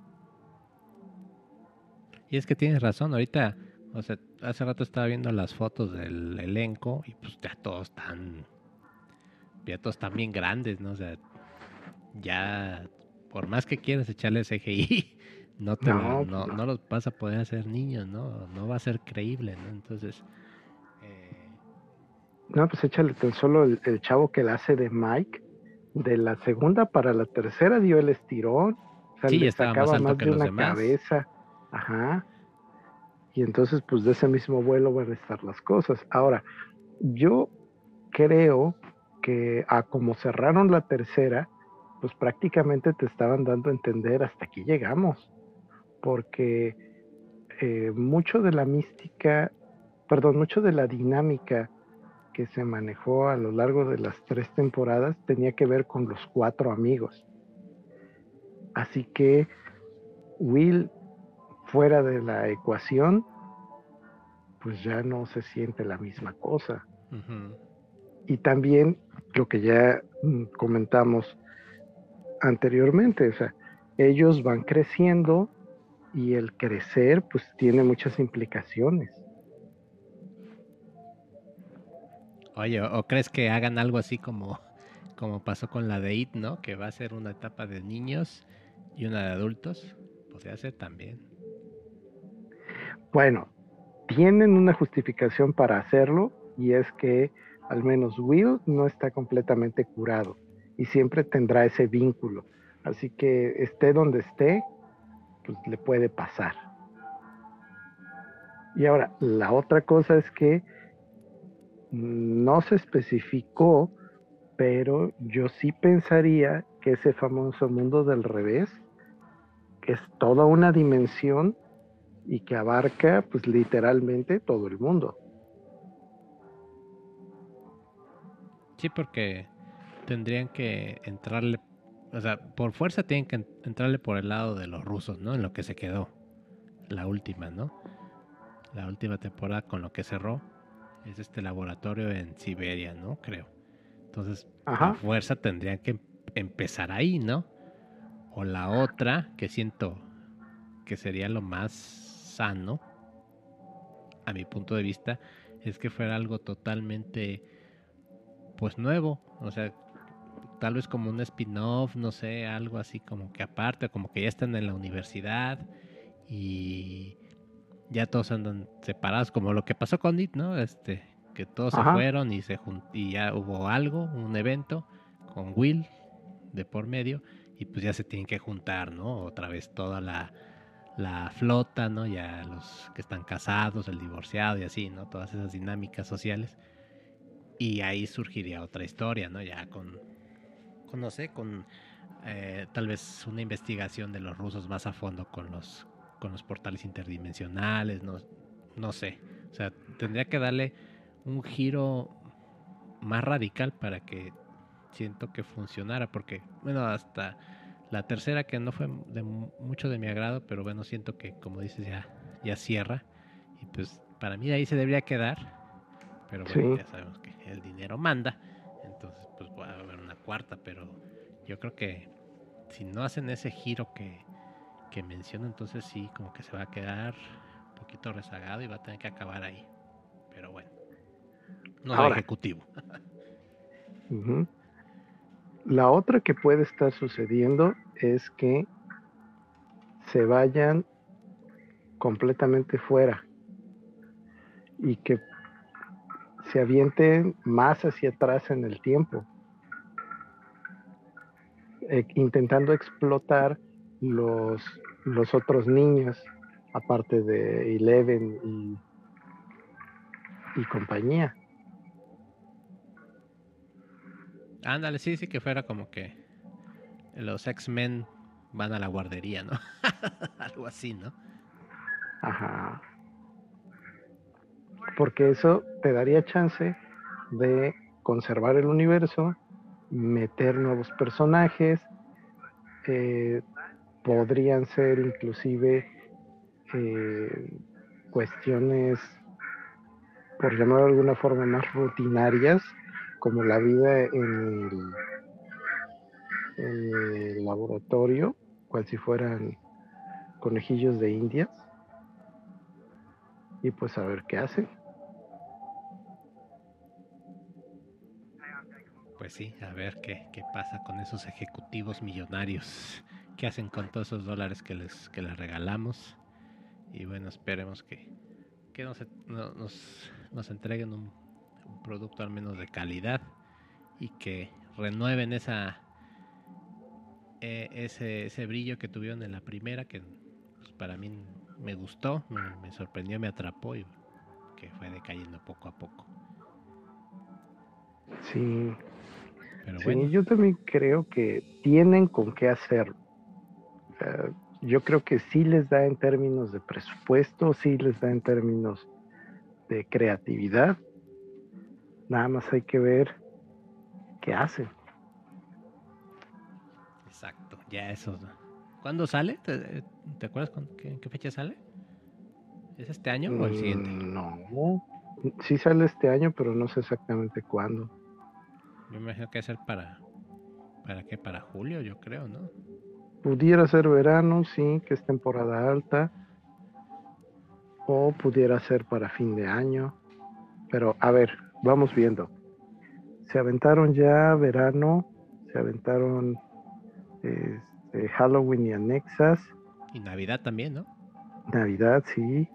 Y es que tienes razón, ahorita, o sea, hace rato estaba viendo las fotos del elenco y pues ya todos están bien grandes, ¿no? O sea, ya, por más que quieras echarle CGI, No, pues no no. los vas a poder hacer niños, ¿no? No va a ser creíble, ¿no? Entonces, No, pues échale tan solo el chavo que la hace de Mike, de la segunda para la tercera dio el estirón, o sea, sí, ya le estaba más sacaba alto más que de los una demás. cabeza, ajá, y entonces pues de ese mismo vuelo van a estar las cosas. Ahora, yo creo que a como cerraron la tercera, pues prácticamente te estaban dando a entender hasta aquí llegamos, porque mucho de la mística, perdón, mucho de la dinámica que se manejó a lo largo de las 3 temporadas tenía que ver con los 4 amigos. Así que Will fuera de la ecuación, pues ya no se siente la misma cosa. Uh-huh. Y también lo que ya comentamos anteriormente, o sea, ellos van creciendo y el crecer pues tiene muchas implicaciones. Oye, ¿o crees que hagan algo así como pasó con la de It, ¿no? Que va a ser una etapa de niños y una de adultos. Podría ser también. Bueno, tienen una justificación para hacerlo y es que al menos Will no está completamente curado y siempre tendrá ese vínculo. Así que esté donde esté, pues le puede pasar. Y ahora, la otra cosa es que no se especificó, pero yo sí pensaría que ese famoso mundo del revés es toda una dimensión y que abarca pues literalmente todo el mundo. Sí, porque tendrían que entrarle, o sea, por fuerza tienen que entrarle por el lado de los rusos, ¿no? En lo que se quedó, la última, ¿no? La última temporada con lo que cerró es este laboratorio en Siberia, ¿no? Creo. Entonces, a Ajá. fuerza tendrían que empezar ahí, ¿no? O la otra, que siento que sería lo más sano, a mi punto de vista, es que fuera algo totalmente, pues nuevo. O sea, tal vez como un spin-off, no sé, algo así como que aparte, como que ya están en la universidad y ya todos andan separados, como lo que pasó con It, ¿no? Que todos se Ajá. fueron y ya hubo algo, un evento con Will de por medio y pues ya se tienen que juntar, ¿no? Otra vez toda la flota, ¿no? Ya los que están casados, el divorciado y así, ¿no? Todas esas dinámicas sociales. Y ahí surgiría otra historia, ¿no? Ya no sé, con tal vez una investigación de los rusos más a fondo con los portales interdimensionales, no sé. O sea, tendría que darle un giro más radical para que siento que funcionara, porque, bueno, hasta la tercera que no fue mucho de mi agrado, pero bueno, siento que, como dices, ya cierra. Y pues para mí ahí se debería quedar, pero bueno, Sí. ya sabemos que el dinero manda, entonces pues va a haber una cuarta, pero yo creo que si no hacen ese giro que menciono, entonces sí, como que se va a quedar un poquito rezagado y va a tener que acabar ahí. Pero bueno, no soy Ahora, ejecutivo. uh-huh, la otra que puede estar sucediendo es que se vayan completamente fuera y que se avienten más hacia atrás en el tiempo, intentando explotar los, los otros niños, aparte de Eleven y compañía. Ándale, sí, sí que fuera como que los X-Men van a la guardería, ¿no? Algo así, ¿no? Ajá. Porque eso te daría chance de conservar el universo, meter nuevos personajes, eh, podrían ser inclusive eh, cuestiones, por llamarlo de alguna forma, más rutinarias, como la vida en el laboratorio, cual si fueran conejillos de indias, y pues a ver qué hacen. Pues sí, a ver qué pasa con esos ejecutivos millonarios. ¿Qué hacen con todos esos dólares que les regalamos? Y bueno, esperemos que nos entreguen un producto al menos de calidad y que renueven ese brillo que tuvieron en la primera, que pues, para mí me gustó, me sorprendió, me atrapó y que fue decayendo poco a poco. Sí, Pero bueno, sí, yo también creo que tienen con qué hacerlo. yo creo que sí les da en términos de presupuesto, sí les da en términos de creatividad. Nada más hay que ver qué hacen. Exacto, ya eso. ¿Cuándo sale? ¿Te acuerdas en qué fecha sale? ¿Es este año o el siguiente? No, sí sale este año, pero no sé exactamente cuándo. Yo me imagino que va a ser ¿para qué? Para julio, yo creo, ¿no? Pudiera ser verano, sí, que es temporada alta, o pudiera ser para fin de año. Pero a ver, vamos viendo. Se aventaron ya verano, se aventaron Halloween y anexas, Y Navidad también, ¿no? Navidad, sí.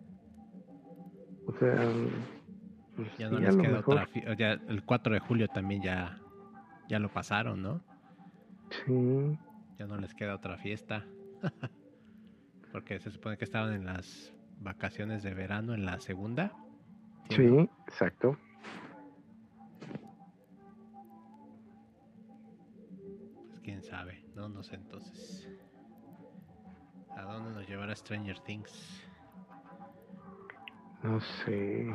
O sea, pues Ya no sí, a les lo queda mejor. otra. Ya el 4 de julio también ya lo pasaron, ¿no? Sí, Ya no les queda otra fiesta. Porque se supone que estaban en las vacaciones de verano en la segunda. ¿Sí, no? sí, exacto. Pues quién sabe, ¿no? No sé entonces. ¿A dónde nos llevará Stranger Things? No sé.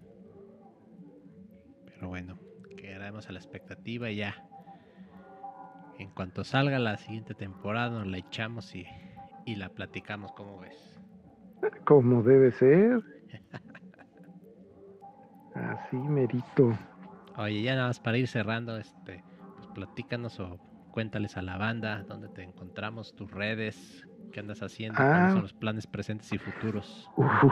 Pero bueno, quedaremos a la expectativa y ya. En cuanto salga la siguiente temporada nos la echamos y la platicamos, ¿cómo ves? Como debe ser. Así merito. Oye, ya nada más para ir cerrando, pues platícanos o cuéntales a la banda dónde te encontramos, tus redes, qué andas haciendo, cuáles son Ah, los planes presentes y futuros.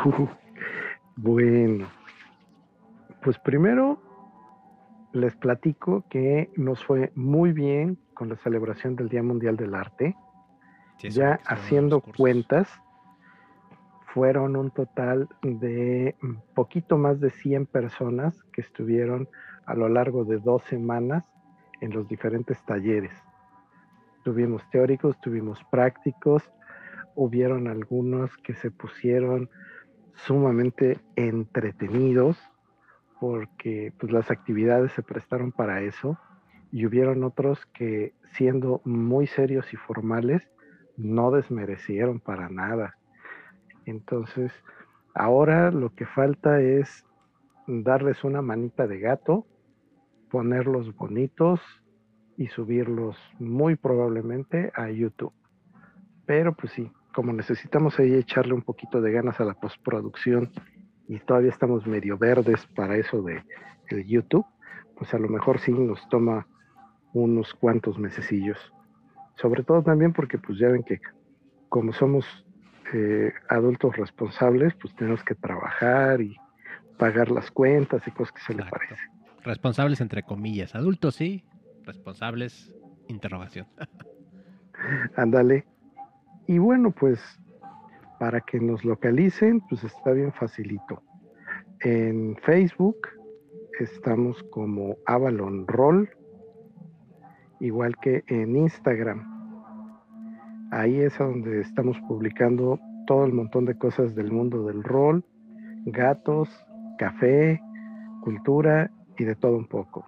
bueno. Pues primero les platico que nos fue muy bien con la celebración del Día Mundial del Arte. Sí, eso vi Ya que estuvo en los haciendo cursos. cuentas, fueron un total de poquito más de 100 personas que estuvieron a lo largo de 2 semanas en los diferentes talleres. Tuvimos teóricos, tuvimos prácticos, hubieron algunos que se pusieron sumamente entretenidos porque pues, las actividades se prestaron para eso y hubieron otros que siendo muy serios y formales no desmerecieron para nada. Entonces, ahora lo que falta es darles una manita de gato, ponerlos bonitos y subirlos muy probablemente a YouTube. Pero pues sí, como necesitamos ahí echarle un poquito de ganas a la postproducción y todavía estamos medio verdes para eso de el YouTube, pues a lo mejor sí nos toma unos cuantos mesecillos. Sobre todo también porque pues ya ven que como somos adultos responsables, pues tenemos que trabajar y pagar las cuentas y cosas que se le Exacto. parece. Responsables entre comillas, adultos sí, responsables, interrogación. Ándale. Y bueno, pues para que nos localicen, pues está bien facilito. En Facebook estamos como Avalon Roll, igual que en Instagram. Ahí es donde estamos publicando todo el montón de cosas del mundo del rol, gatos, café, cultura y de todo un poco.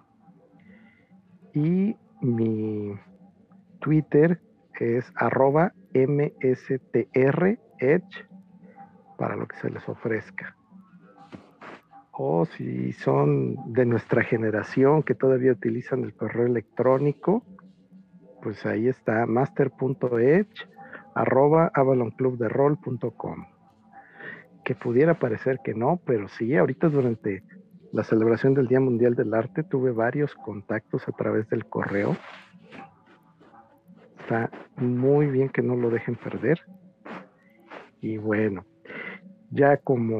Y mi Twitter es @mstrEdge para lo que se les ofrezca. O si son de nuestra generación que todavía utilizan el correo electrónico, pues ahí está master.edge@avalonclubderol.com. Que pudiera parecer que no, pero sí, ahorita durante la celebración del Día Mundial del Arte tuve varios contactos a través del correo. Está muy bien que no lo dejen perder. Y bueno, ya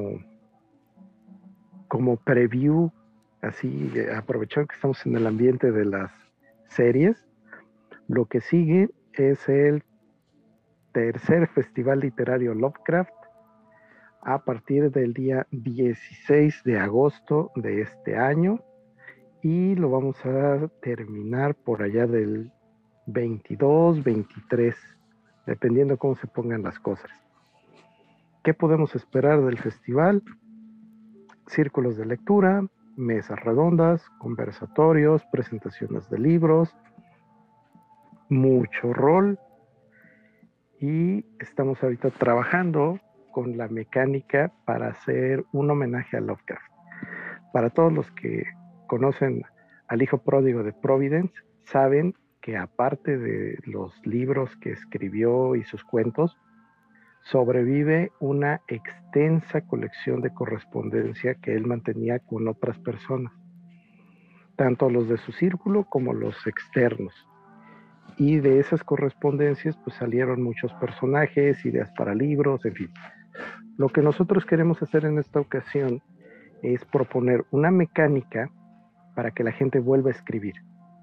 como preview, así aprovechando que estamos en el ambiente de las series, lo que sigue es el tercer Festival Literario Lovecraft a partir del día 16 de agosto de este año y lo vamos a terminar por allá del 22, 23, dependiendo cómo se pongan las cosas. ¿Qué podemos esperar del festival? Círculos de lectura, mesas redondas, conversatorios, presentaciones de libros, mucho rol y estamos ahorita trabajando con la mecánica para hacer un homenaje a Lovecraft. Para todos los que conocen al hijo pródigo de Providence, saben que aparte de los libros que escribió y sus cuentos, sobrevive una extensa colección de correspondencia que él mantenía con otras personas, tanto los de su círculo como los externos. Y de esas correspondencias pues salieron muchos personajes, ideas para libros, en fin. Lo que nosotros queremos hacer en esta ocasión es proponer una mecánica para que la gente vuelva a escribir.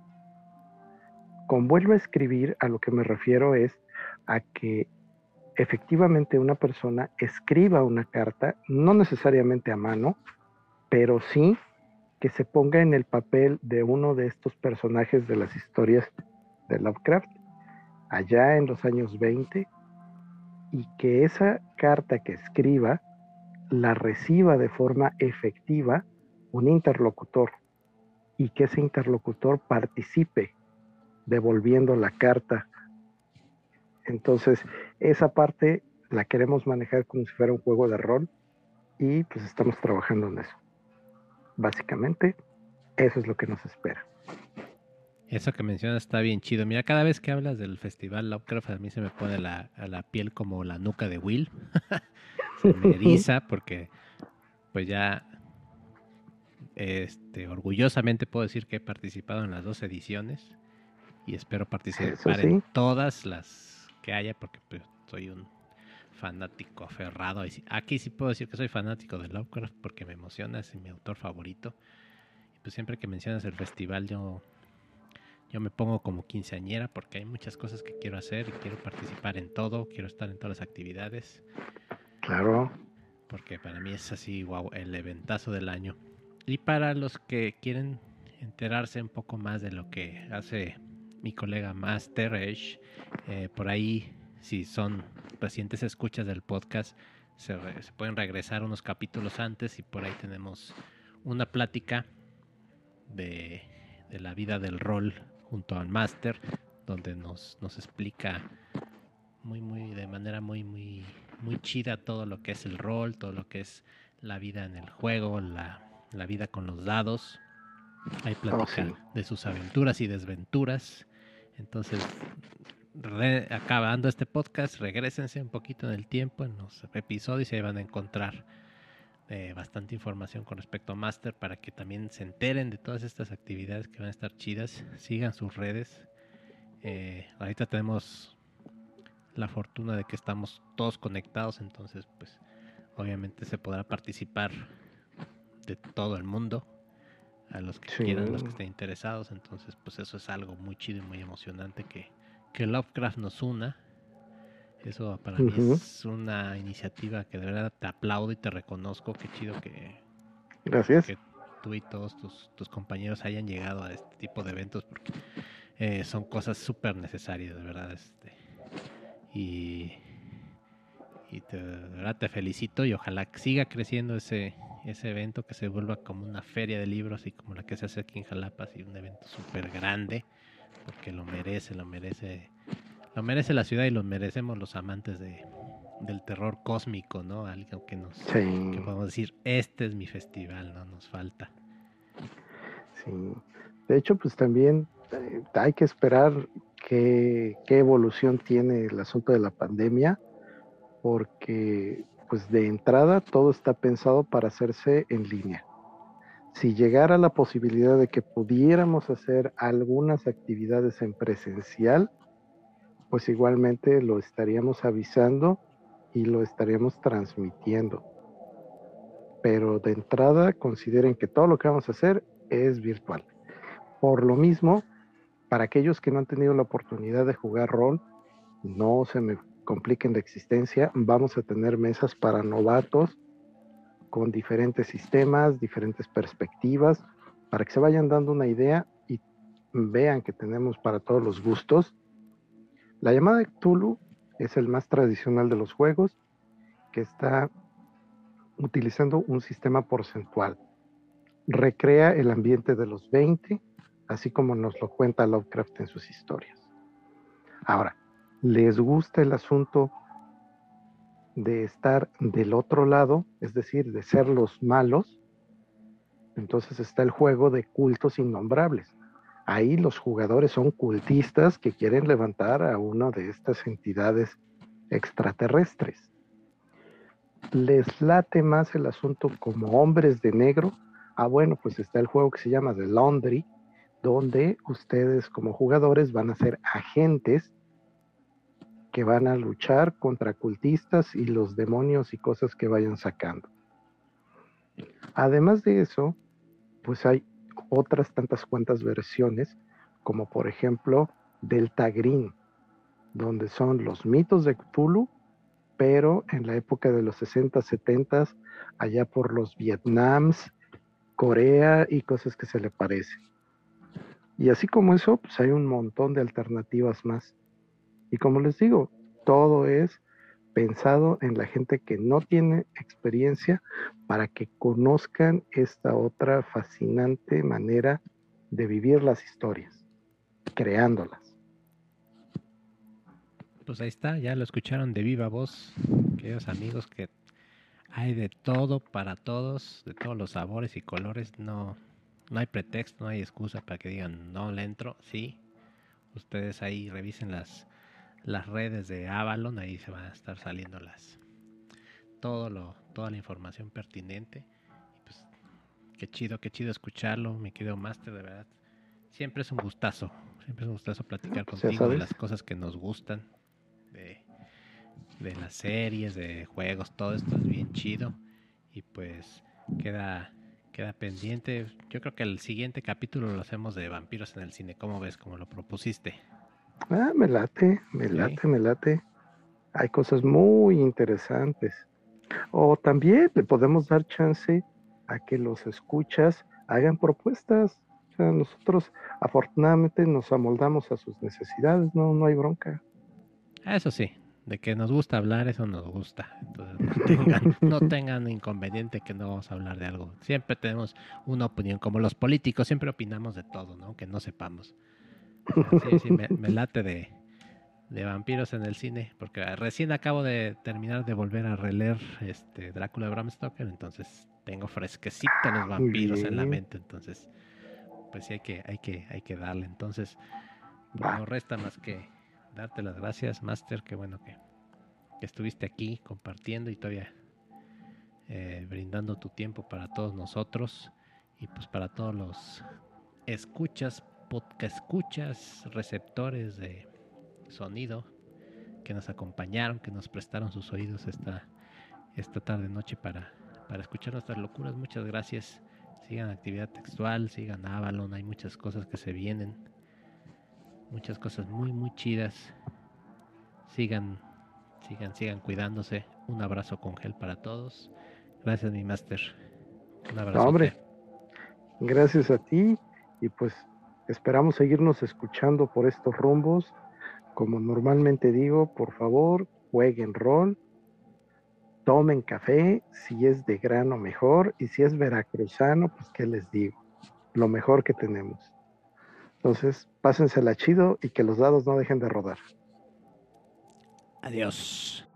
Con vuelva a escribir, a lo que me refiero es a que efectivamente una persona escriba una carta, no necesariamente a mano, pero sí que se ponga en el papel de uno de estos personajes de las historias de Lovecraft, allá en los años 20, y que esa carta que escriba la reciba de forma efectiva un interlocutor, y que ese interlocutor participe devolviendo la carta. Entonces, esa parte la queremos manejar como si fuera un juego de rol y pues estamos trabajando en eso. Básicamente, eso es lo que nos espera. Eso que mencionas está bien chido. Mira, cada vez que hablas del festival Lovecraft a mí se me pone la piel como la nuca de Will. Se me eriza porque pues ya orgullosamente puedo decir que he participado en las 2 ediciones y espero participar sí, en todas las que haya porque pues, soy un fanático aferrado. Aquí sí puedo decir que soy fanático de Lovecraft porque me emociona, es mi autor favorito. Y pues siempre que mencionas el festival yo me pongo como quinceañera porque hay muchas cosas que quiero hacer y quiero participar en todo, quiero estar en todas las actividades. Claro. Porque para mí es así, wow, el eventazo del año. Y para los que quieren enterarse un poco más de lo que hace mi colega Master Edge, por ahí, si son recientes escuchas del podcast, se pueden regresar unos capítulos antes y por ahí tenemos una plática de la vida del rol junto al Master, donde nos explica de manera muy chida todo lo que es el rol, todo lo que es la vida en el juego, la vida con los dados. Hay plática de sus aventuras y desventuras. Entonces, acabando este podcast, regrésense un poquito en el tiempo, en los episodios, y ahí van a encontrar bastante información con respecto a Master para que también se enteren de todas estas actividades que van a estar chidas. Sigan sus redes. Ahorita tenemos la fortuna de que estamos todos conectados, entonces pues obviamente se podrá participar de todo el mundo, a los que quieran, los que estén interesados. Entonces pues eso es algo muy chido y muy emocionante que Lovecraft nos una. Eso para mí es una iniciativa que de verdad te aplaudo y te reconozco. Qué chido que gracias, que tú y todos tus compañeros hayan llegado a este tipo de eventos porque son cosas súper necesarias, de verdad. Y de verdad te felicito y ojalá que siga creciendo ese evento, que se vuelva como una feria de libros y como la que se hace aquí en Jalapa, así un evento súper grande, porque lo merece la ciudad y lo merecemos los amantes del terror cósmico, ¿no? Algo que que podemos decir, este es mi festival, ¿no? Nos falta. Sí, de hecho pues también hay que esperar qué evolución tiene el asunto de la pandemia, porque pues de entrada todo está pensado para hacerse en línea. Si llegara la posibilidad de que pudiéramos hacer algunas actividades en presencial, pues igualmente lo estaríamos avisando y lo estaríamos transmitiendo. Pero de entrada consideren que todo lo que vamos a hacer es virtual. Por lo mismo, para aquellos que no han tenido la oportunidad de jugar rol, no se me compliquen la existencia. Vamos a tener mesas para novatos con diferentes sistemas, diferentes perspectivas, para que se vayan dando una idea y vean que tenemos para todos los gustos. La llamada de Cthulhu es el más tradicional de los juegos, que está utilizando un sistema porcentual. Recrea el ambiente de los 20, así como nos lo cuenta Lovecraft en sus historias. Ahora, les gusta el asunto de estar del otro lado, es decir, de ser los malos, entonces está el juego de cultos innombrables. Ahí los jugadores son cultistas que quieren levantar a una de estas entidades extraterrestres. Les late más el asunto como hombres de negro. Bueno, pues está el juego que se llama The Laundry, donde ustedes como jugadores van a ser agentes que van a luchar contra cultistas y los demonios y cosas que vayan sacando. Además de eso, pues hay otras tantas cuantas versiones, como por ejemplo Delta Green, donde son los mitos de Cthulhu, pero en la época de los 60, 70, allá por los Vietnams, Corea y cosas que se le parecen. Y así como eso, pues hay un montón de alternativas más. Y como les digo, todo es pensado en la gente que no tiene experiencia para que conozcan esta otra fascinante manera de vivir las historias, creándolas. Pues ahí está, ya lo escucharon de viva voz, queridos amigos, que hay de todo para todos, de todos los sabores y colores. No, no hay pretexto, no hay excusa para que digan no le entro. Sí, ustedes ahí revisen las redes de Avalon, ahí se van a estar saliendo toda la información pertinente. Y pues qué chido escucharlo, mi querido Master, de verdad. Siempre es un gustazo platicar Pues ya contigo de sabes. las cosas que nos gustan, de las series, de juegos, todo esto es bien chido. Y pues queda pendiente. Yo creo que el siguiente capítulo lo hacemos de vampiros en el cine. ¿Cómo ves? ¿Cómo lo propusiste? Me late, me ¿Sí? late, me late. Hay cosas muy interesantes. O también le podemos dar chance a que los escuchas hagan propuestas. O sea, nosotros afortunadamente nos amoldamos a sus necesidades, no hay bronca. Eso sí, de que nos gusta hablar, eso nos gusta. Entonces no tengan inconveniente que no vamos a hablar de algo. Siempre tenemos una opinión, como los políticos, siempre opinamos de todo, ¿no? Que no sepamos. Sí, me late de vampiros en el cine, porque recién acabo de terminar de volver a releer Drácula de Bram Stoker, entonces tengo fresquecito los Muy vampiros en la bien. mente, entonces pues sí hay que darle. Entonces, pues Va. no resta más que darte las gracias, Master, que bueno que estuviste aquí compartiendo y todavía brindando tu tiempo para todos nosotros y pues para todos los escuchas, podcast escuchas, receptores de sonido que nos acompañaron, que nos prestaron sus oídos esta tarde noche para escuchar nuestras locuras. Muchas gracias. Sigan actividad textual, sigan Avalon, hay muchas cosas que se vienen, muchas cosas muy muy chidas. Sigan cuidándose. Un abrazo con gel para todos. Gracias, mi máster. Un No, abrazote. hombre, gracias a ti y pues esperamos seguirnos escuchando por estos rumbos. Como normalmente digo, por favor, jueguen rol, tomen café, si es de grano mejor y si es veracruzano, pues qué les digo, lo mejor que tenemos. Entonces, pásensela chido y que los dados no dejen de rodar. Adiós.